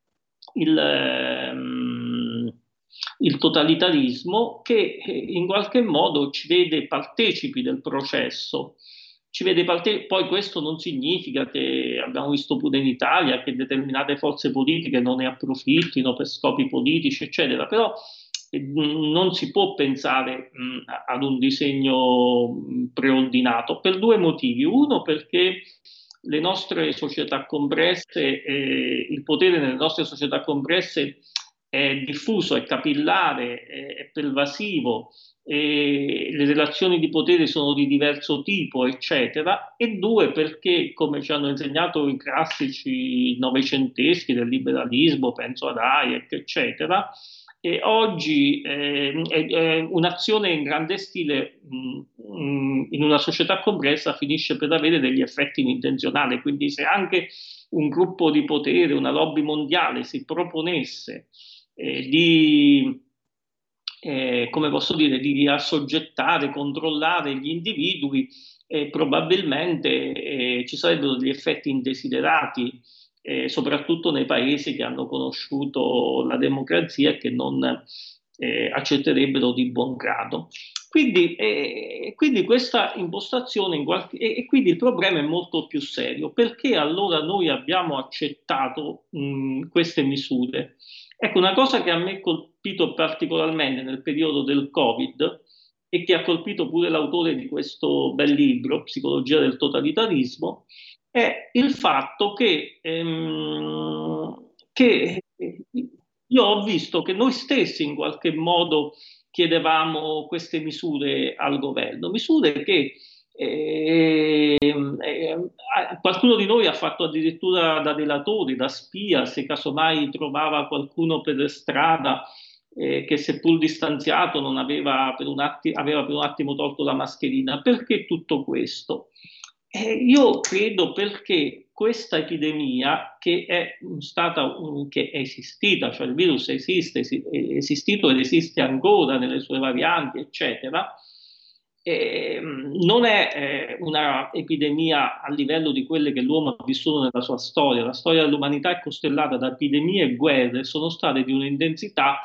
il, um, il totalitarismo che eh, in qualche modo ci vede partecipi del processo, ci vede partire. Poi questo non significa che, abbiamo visto pure in Italia, che determinate forze politiche non ne approfittino per scopi politici, eccetera, però eh, non si può pensare mh, ad un disegno mh, preordinato per due motivi. Uno, perché le nostre società complesse, eh, il potere nelle nostre società complesse è diffuso, è capillare, è, è pervasivo, e le relazioni di potere sono di diverso tipo, eccetera. E due, perché, come ci hanno insegnato i classici novecenteschi del liberalismo, penso ad Hayek, eccetera, e oggi eh, è, è un'azione in grande stile mh, in una società complessa finisce per avere degli effetti inintenzionali. Quindi se anche un gruppo di potere, una lobby mondiale si proponesse eh, di Eh, come posso dire, di assoggettare, controllare gli individui, eh, probabilmente eh, ci sarebbero degli effetti indesiderati, eh, soprattutto nei paesi che hanno conosciuto la democrazia e che non eh, accetterebbero di buon grado. Quindi, eh, quindi questa impostazione in qualche, e, e quindi il problema è molto più serio. Perché allora noi abbiamo accettato mh, queste misure? Ecco, una cosa che a me ha colpito particolarmente nel periodo del Covid e che ha colpito pure l'autore di questo bel libro, Psicologia del totalitarismo, è il fatto che, ehm, che io ho visto che noi stessi in qualche modo chiedevamo queste misure al governo, misure che Eh, eh, qualcuno di noi ha fatto addirittura da delatori, da spia, se casomai trovava qualcuno per strada eh, che seppur distanziato non aveva per, un atti- aveva per un attimo tolto la mascherina. Perché tutto questo? Eh, io credo perché questa epidemia, che è stata un, che è esistita, cioè il virus esiste, è esistito ed esiste ancora nelle sue varianti, eccetera, Eh, non è eh, una epidemia a livello di quelle che l'uomo ha vissuto nella sua storia. La storia dell'umanità è costellata da epidemie e guerre, sono state di un'intensità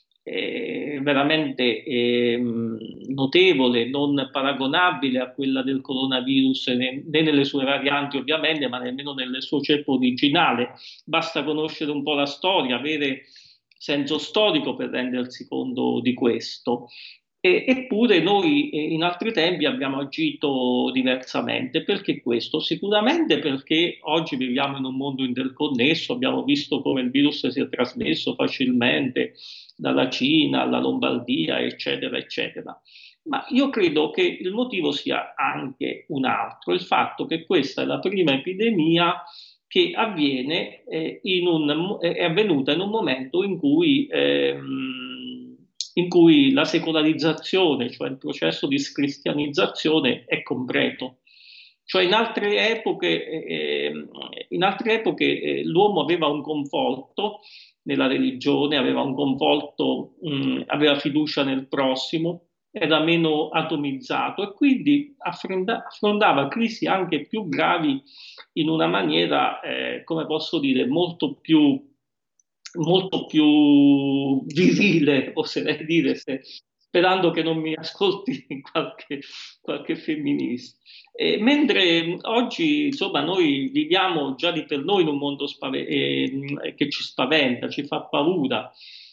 eh, veramente eh, notevole, non paragonabile a quella del coronavirus, né, né nelle sue varianti ovviamente, ma nemmeno nel suo ceppo originale. Basta conoscere un po' la storia, avere senso storico per rendersi conto di questo. E, eppure noi eh, in altri tempi abbiamo agito diversamente. Perché questo? Sicuramente perché oggi viviamo in un mondo interconnesso, abbiamo visto come il virus si è trasmesso facilmente dalla Cina alla Lombardia, eccetera, eccetera. Ma io credo che il motivo sia anche un altro, il fatto che questa è la prima epidemia che avviene, eh, in un, è avvenuta in un momento in cui ehm, in cui la secolarizzazione, cioè il processo di scristianizzazione, è completo. Cioè in altre epoche, eh, in altre epoche eh, l'uomo aveva un conforto nella religione, aveva un conforto, mh, aveva fiducia nel prossimo, era meno atomizzato e quindi affronta, affrontava crisi anche più gravi in una maniera, eh, come posso dire, molto più molto più virile, oserei dire, se, sperando che non mi ascolti qualche, qualche femminista. Eh, mentre oggi, insomma, noi viviamo già di per noi in un mondo spave- eh, che ci spaventa, ci fa paura,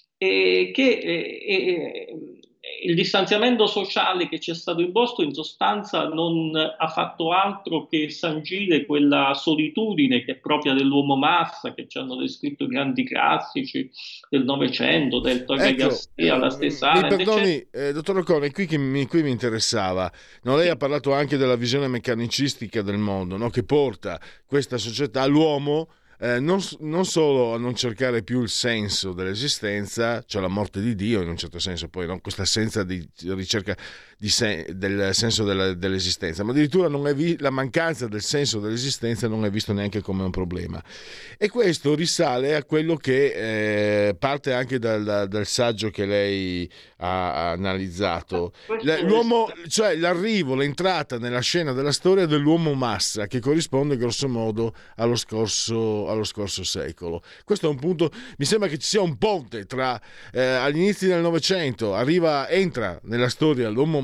e che eh, eh, il distanziamento sociale che ci è stato imposto in sostanza non ha fatto altro che sancire quella solitudine che è propria dell'uomo massa, che ci hanno descritto i grandi classici del Novecento, del Torre ecco, Gassia, la stessa. Mi perdoni, eh, dottor Ocone, qui, che mi, qui mi interessava, no, lei sì. ha parlato anche della visione meccanicistica del mondo, no, che porta questa società, l'uomo, Eh, non, non solo a non cercare più il senso dell'esistenza, cioè la morte di Dio in un certo senso, poi no? Questa assenza di ricerca di sen- del senso della, dell'esistenza, ma addirittura non è vi- la mancanza del senso dell'esistenza non è visto neanche come un problema. E questo risale a quello che eh, parte anche dal, dal saggio che lei ha analizzato. L'uomo, cioè l'arrivo, l'entrata nella scena della storia dell'uomo massa, che corrisponde grosso modo allo scorso allo scorso secolo. Questo è un punto, mi sembra che ci sia un ponte tra eh, agli inizi del Novecento arriva entra nella storia l'uomo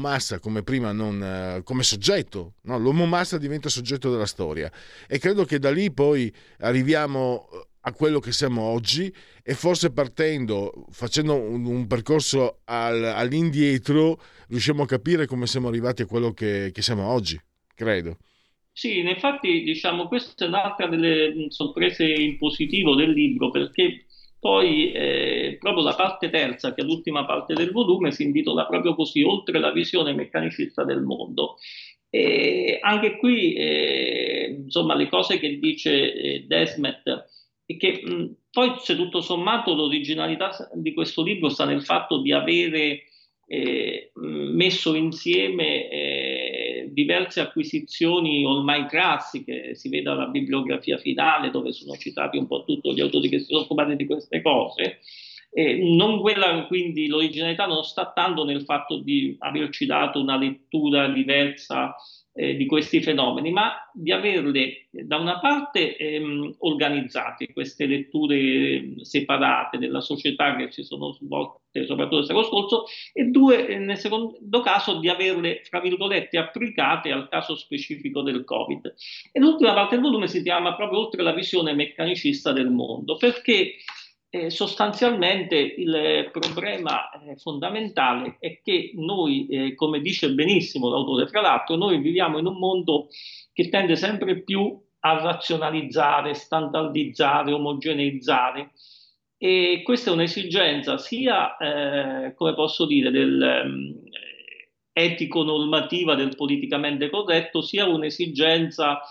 massa come prima, non come soggetto, no? L'uomo massa diventa soggetto della storia, e credo che da lì poi arriviamo a quello che siamo oggi, e forse partendo, facendo un, un percorso al, all'indietro, riusciamo a capire come siamo arrivati a quello che, che siamo oggi, credo. Sì, infatti diciamo questa è un'altra delle sorprese in positivo del libro, perché poi eh, proprio la parte terza, che è l'ultima parte del volume, si intitola proprio così: oltre la visione meccanicista del mondo. E anche qui eh, insomma le cose che dice eh, Desmet, e che mh, poi se tutto sommato l'originalità di questo libro sta nel fatto di avere eh, messo insieme eh, diverse acquisizioni ormai classiche. Si veda la bibliografia finale, dove sono citati un po' tutti gli autori che si sono occupati di queste cose. Eh, non quella, quindi l'originalità non sta tanto nel fatto di averci dato una lettura diversa eh, di questi fenomeni, ma di averle da una parte ehm, organizzate queste letture separate della società che ci sono svolte soprattutto nel secolo scorso, e due, eh, nel secondo caso, di averle fra virgolette applicate al caso specifico del Covid. E l'ultima parte del volume si chiama proprio oltre la visione meccanicista del mondo, perché Eh, sostanzialmente il problema eh, fondamentale è che noi, eh, come dice benissimo l'autore, fra l'altro, noi viviamo in un mondo che tende sempre più a razionalizzare, standardizzare, omogeneizzare, e questa è un'esigenza sia, eh, come posso dire, del um, etico-normativa, del politicamente corretto, sia un'esigenza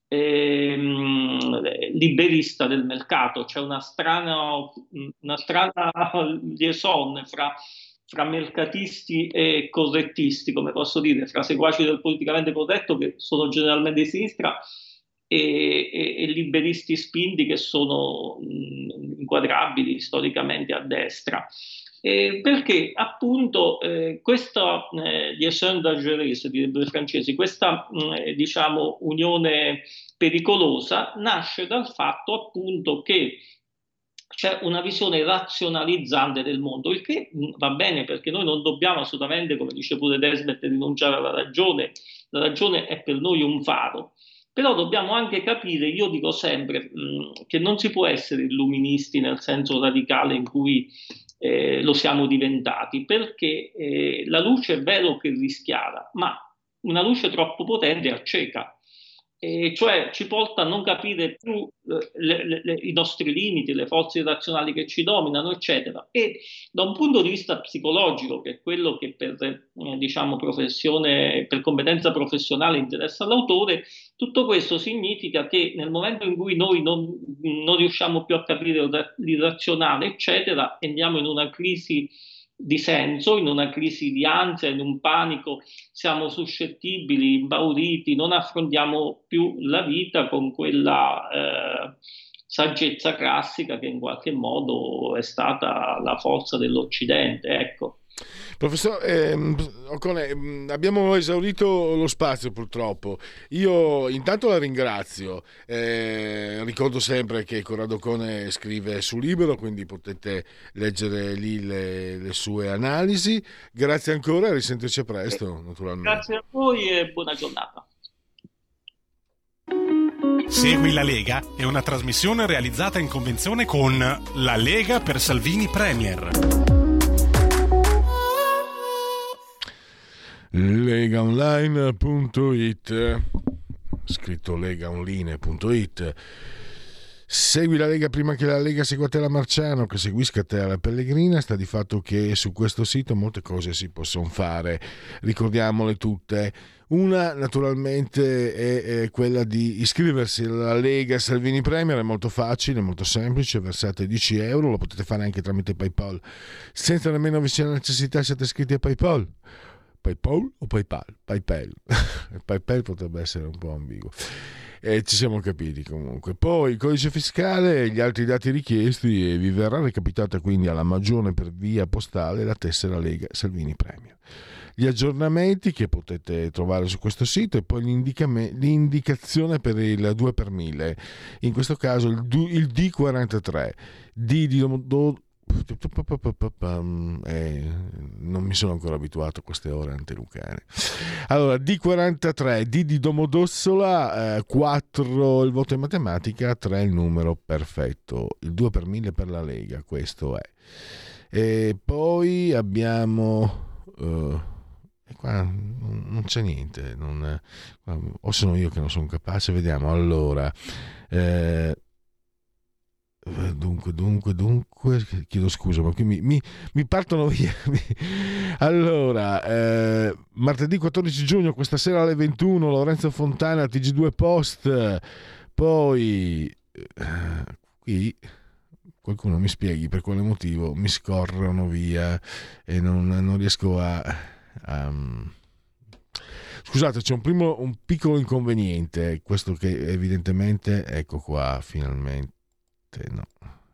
Ehm, liberista del mercato. C'è una strana, una strana liaison fra, fra mercatisti e correttisti, come posso dire, fra seguaci del politicamente corretto, che sono generalmente di sinistra, e, e, e liberisti spinti, che sono mh, inquadrabili storicamente a destra. Eh, perché appunto eh, questa eh, liaison dangereuse, direbbero i francesi, questa mh, diciamo unione pericolosa, nasce dal fatto appunto che c'è una visione razionalizzante del mondo, il che mh, va bene, perché noi non dobbiamo assolutamente, come dice pure Desmet, rinunciare alla ragione. La ragione è per noi un faro. Però dobbiamo anche capire, io dico sempre, mh, che non si può essere illuministi nel senso radicale in cui Eh, lo siamo diventati, perché eh, la luce è vero che rischiara, ma una luce troppo potente acceca, e cioè ci porta a non capire più eh, le, le, le, i nostri limiti, le forze irrazionali che ci dominano, eccetera. E da un punto di vista psicologico, che è quello che per eh, diciamo professione, per competenza professionale interessa all'autore, tutto questo significa che nel momento in cui noi non, non riusciamo più a capire l'irrazionale, eccetera, andiamo in una crisi di senso, in una crisi di ansia, in un panico, siamo suscettibili, impauriti, non affrontiamo più la vita con quella eh, saggezza classica che in qualche modo è stata la forza dell'Occidente, ecco. Professor ehm, Occone, abbiamo esaurito lo spazio purtroppo. Io intanto la ringrazio, eh, ricordo sempre che Corrado Occone scrive su Libero, quindi potete leggere lì le, le sue analisi. Grazie ancora e risentirci a presto, naturalmente. Grazie a voi e buona giornata. Segui la Lega è una trasmissione realizzata in convenzione con La Lega per Salvini Premier. legaonline punto it, scritto legaonline punto it. Segui la Lega prima che la Lega segua te la Marciano, che seguisca te la Pellegrina. Sta di fatto che su questo sito molte cose si possono fare, ricordiamole tutte. Una naturalmente è, è quella di iscriversi alla Lega Salvini Premier, è molto facile, molto semplice, versate dieci euro, lo potete fare anche tramite PayPal, senza nemmeno vi sia la necessità siate iscritti a PayPal. PayPal o PayPal? PayPal. PayPal potrebbe essere un po' ambiguo. E ci siamo capiti comunque. Poi il codice fiscale e gli altri dati richiesti, e vi verrà recapitata quindi alla Magione per via postale la tessera Lega Salvini Premier. Gli aggiornamenti che potete trovare su questo sito, e poi l'indicazione per il due per mille, in questo caso il D quarantatré, D di eh, non mi sono ancora abituato a queste ore antelucane. Allora, D quarantatré, D di Domodossola, eh, quattro il voto in matematica, tre il numero perfetto, il due per mille per la Lega, questo è. E poi abbiamo uh, e qua non c'è niente, non, o sono io che non sono capace, vediamo. Allora, eh, dunque, dunque, dunque, chiedo scusa, ma qui mi, mi, mi partono via. Allora, eh, martedì quattordici giugno, questa sera alle ventuno, Lorenzo Fontana, T G due Post. Poi eh, qui qualcuno mi spieghi per quale motivo mi scorrono via e non, non riesco a... Um, scusate, c'è un primo un piccolo inconveniente, questo che evidentemente, ecco qua, finalmente no.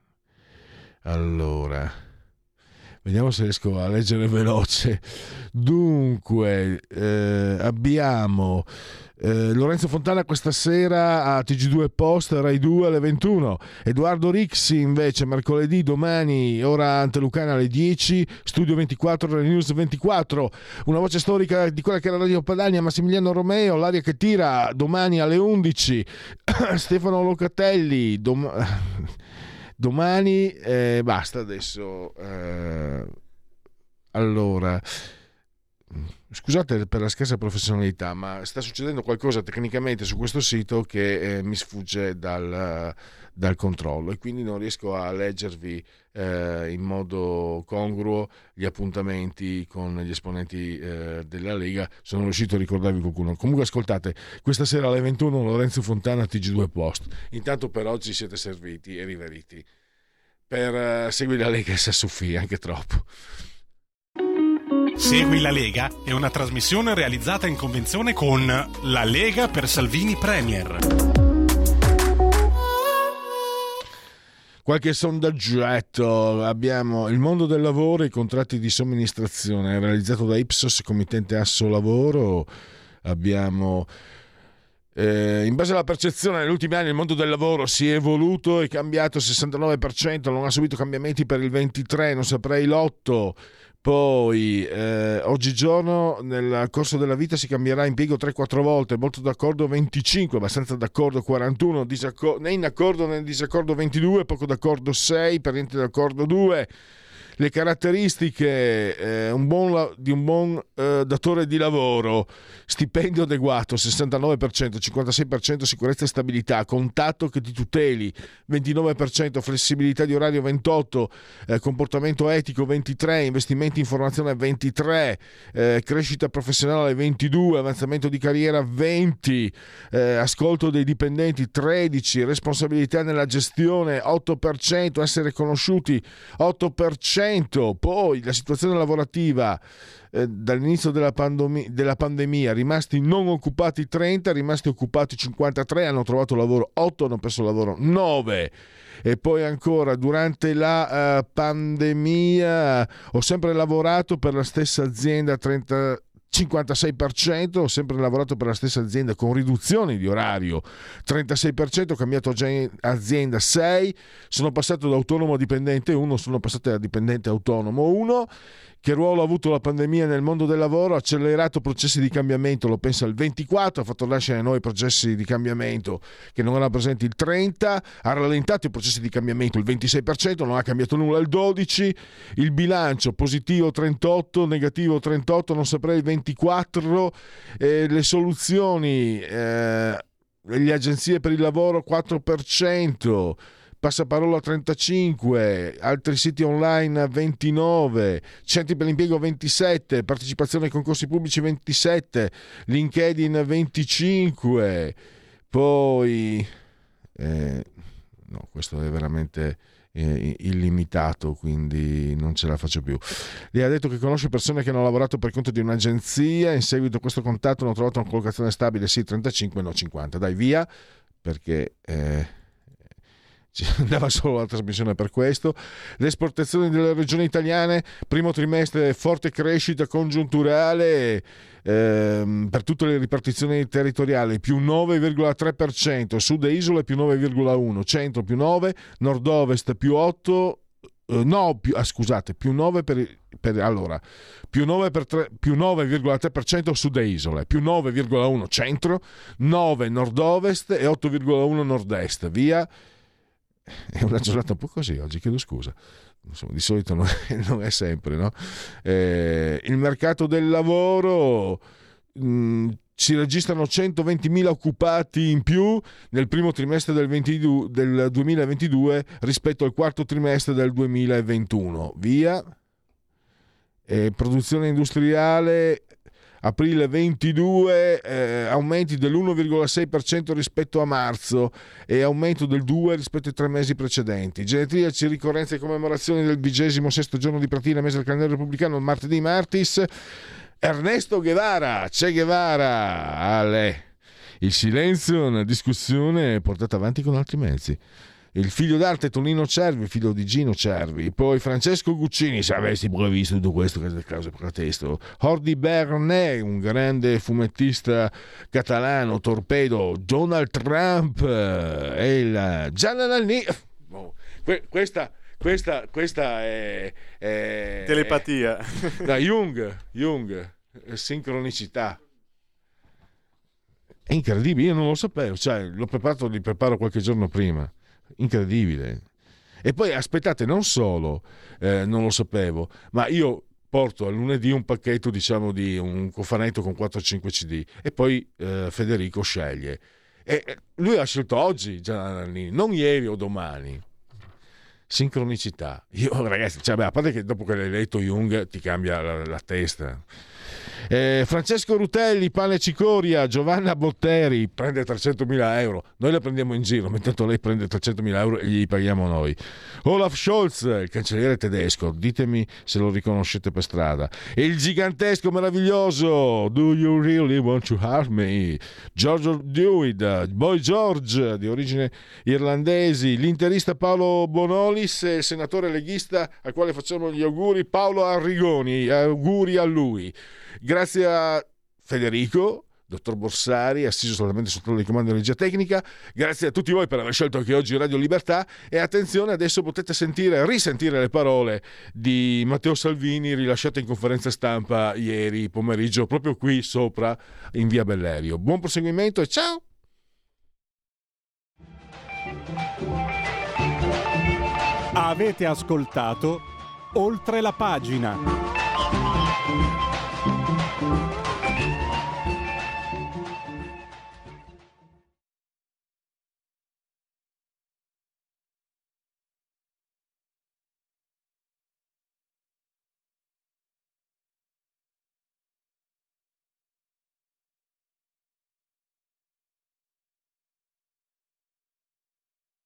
Allora, vediamo se riesco a leggere veloce. Dunque, eh, abbiamo eh, Lorenzo Fontana questa sera a T G due Post, Rai due alle ventuno. Edoardo Rixi invece mercoledì, domani, ora antelucana alle dieci, Studio ventiquattro, Rai News ventiquattro. Una voce storica di quella che era Radio Padania, Massimiliano Romeo, L'aria che tira, domani alle undici. Stefano Locatelli, dom- domani, eh, basta adesso. Eh, allora, scusate per la scarsa professionalità, ma sta succedendo qualcosa tecnicamente su questo sito che eh, mi sfugge dal, dal controllo e quindi non riesco a leggervi eh, in modo congruo gli appuntamenti con gli esponenti eh, della Lega. Sono riuscito a ricordarvi qualcuno. Comunque ascoltate, questa sera alle ventuno Lorenzo Fontana, T G due Post. Intanto per oggi siete serviti e riveriti per uh, seguire la Lega e Sassufì, anche troppo. Segui la Lega è una trasmissione realizzata in convenzione con La Lega per Salvini Premier. Qualche sondaggetto. Abbiamo il mondo del lavoro e i contratti di somministrazione realizzato da Ipsos, committente Asso Lavoro. Abbiamo Eh, in base alla percezione, negli ultimi anni il mondo del lavoro si è evoluto e cambiato. sessantanove per cento non ha subito cambiamenti per il ventitré, non saprei l'otto. Poi eh, oggigiorno nel corso della vita si cambierà impiego tre quattro volte, molto d'accordo venticinque, abbastanza d'accordo quarantuno, disaccor- né in accordo né in disaccordo ventidue, poco d'accordo sei, per niente d'accordo due. Le caratteristiche eh, un buon, di un buon eh, datore di lavoro: stipendio adeguato sessantanove per cento, cinquantasei per cento sicurezza e stabilità, contatto che ti tuteli ventinove per cento, flessibilità di orario ventotto, eh, comportamento etico ventitré, investimenti in formazione ventitré, eh, crescita professionale ventidue, avanzamento di carriera venti, eh, ascolto dei dipendenti tredici, responsabilità nella gestione otto per cento, essere conosciuti otto per cento. Poi la situazione lavorativa eh, dall'inizio della, pandemia, della pandemia, rimasti non occupati trenta, rimasti occupati cinquantatré, hanno trovato lavoro otto, hanno perso lavoro nove. E poi ancora, durante la uh, pandemia ho sempre lavorato per la stessa azienda trenta cinquantasei per cento, ho sempre lavorato per la stessa azienda con riduzioni di orario trentasei per cento, ho cambiato azienda sei, sono passato da autonomo a dipendente uno, sono passato da dipendente autonomo uno. Che ruolo ha avuto la pandemia nel mondo del lavoro? Ha accelerato processi di cambiamento, lo pensa il ventiquattro, ha fatto nascere nuovi processi di cambiamento che non erano presenti il trenta, ha rallentato i processi di cambiamento il ventisei per cento, non ha cambiato nulla il dodici, il bilancio positivo trentotto, negativo trentotto, non saprei il ventiquattro, eh, le soluzioni, eh, le agenzie per il lavoro quattro per cento, passaparola trentacinque, altri siti online ventinove, centri per l'impiego ventisette, partecipazione ai concorsi pubblici ventisette, LinkedIn venticinque. Poi eh, no, questo è veramente eh, illimitato, quindi non ce la faccio più. Lei ha detto che conosce persone che hanno lavorato per conto di un'agenzia, in seguito a questo contatto hanno trovato una collocazione stabile, sì trentacinque, no cinquanta. Dai, via, perché eh, andava solo la trasmissione per questo. Le esportazioni delle regioni italiane, primo trimestre forte crescita congiunturale ehm, per tutte le ripartizioni territoriali, più nove virgola tre per cento, sud e isole più nove virgola uno, centro più nove, nord-ovest più otto, Uh, no, più, ah, scusate, più nove per, per allora, più nove per tre, più nove virgola tre per cento sud e isole, più nove virgola uno centro, nove nord-ovest e otto virgola uno nord-est. Via. È una giornata un po' così oggi, chiedo scusa. Insomma, di solito non è, non è sempre, no? Eh, il mercato del lavoro mh, si registrano centoventimila occupati in più nel primo trimestre del, ventidue, del duemilaventidue rispetto al quarto trimestre del duemilaventuno. Via. E produzione industriale aprile ventidue, eh, aumenti dell'uno virgola sei per cento rispetto a marzo e aumento del due per cento rispetto ai tre mesi precedenti. Genetriaci, ricorrenze e commemorazioni del vigesimo sesto giorno di Pratina, mese del calendario repubblicano, martedì martis. Ernesto Guevara, Che Guevara, Ale. Il silenzio è una discussione portata avanti con altri mezzi. Il figlio d'arte Tonino Cervi, figlio di Gino Cervi, poi Francesco Guccini, se avessi previsto tutto questo, che è causa pretesto. Hordy Bernet, un grande fumettista catalano, Torpedo, Donald Trump e il Gianni. Oh, questa Questa, questa è, è telepatia. È, da Jung, Jung, sincronicità. È incredibile, io non lo sapevo, cioè l'ho preparato, li preparo qualche giorno prima. Incredibile. E poi aspettate, non solo eh, non lo sapevo, ma io porto a lunedì un pacchetto, diciamo, di un cofanetto con quattro cinque C D e poi eh, Federico sceglie. E lui ha scelto oggi, Gianni, non ieri o domani. Sincronicità. Io, ragazzi, cioè, beh, a parte che dopo che l'hai letto Jung ti cambia la, la testa. Eh, Francesco Rutelli, Pane Cicoria, Giovanna Botteri prende trecentomila euro. Noi la prendiamo in giro, mentre lei prende trecentomila euro e gli paghiamo noi. Olaf Scholz, il cancelliere tedesco, ditemi se lo riconoscete per strada. E il gigantesco meraviglioso Do You Really Want to Hurt Me? Giorgio Dewitt, Boy George, di origine irlandesi, l'interista Paolo Bonolis e il senatore leghista al quale facciamo gli auguri Paolo Arrigoni. Auguri a lui. Grazie a Federico, dottor Borsari, assiso solamente sotto il comando di regia tecnica. Grazie a tutti voi per aver scelto anche oggi Radio Libertà. E attenzione, adesso potete sentire, risentire le parole di Matteo Salvini rilasciate in conferenza stampa ieri pomeriggio, proprio qui sopra in via Bellerio. Buon proseguimento e ciao! Avete ascoltato Oltre la pagina.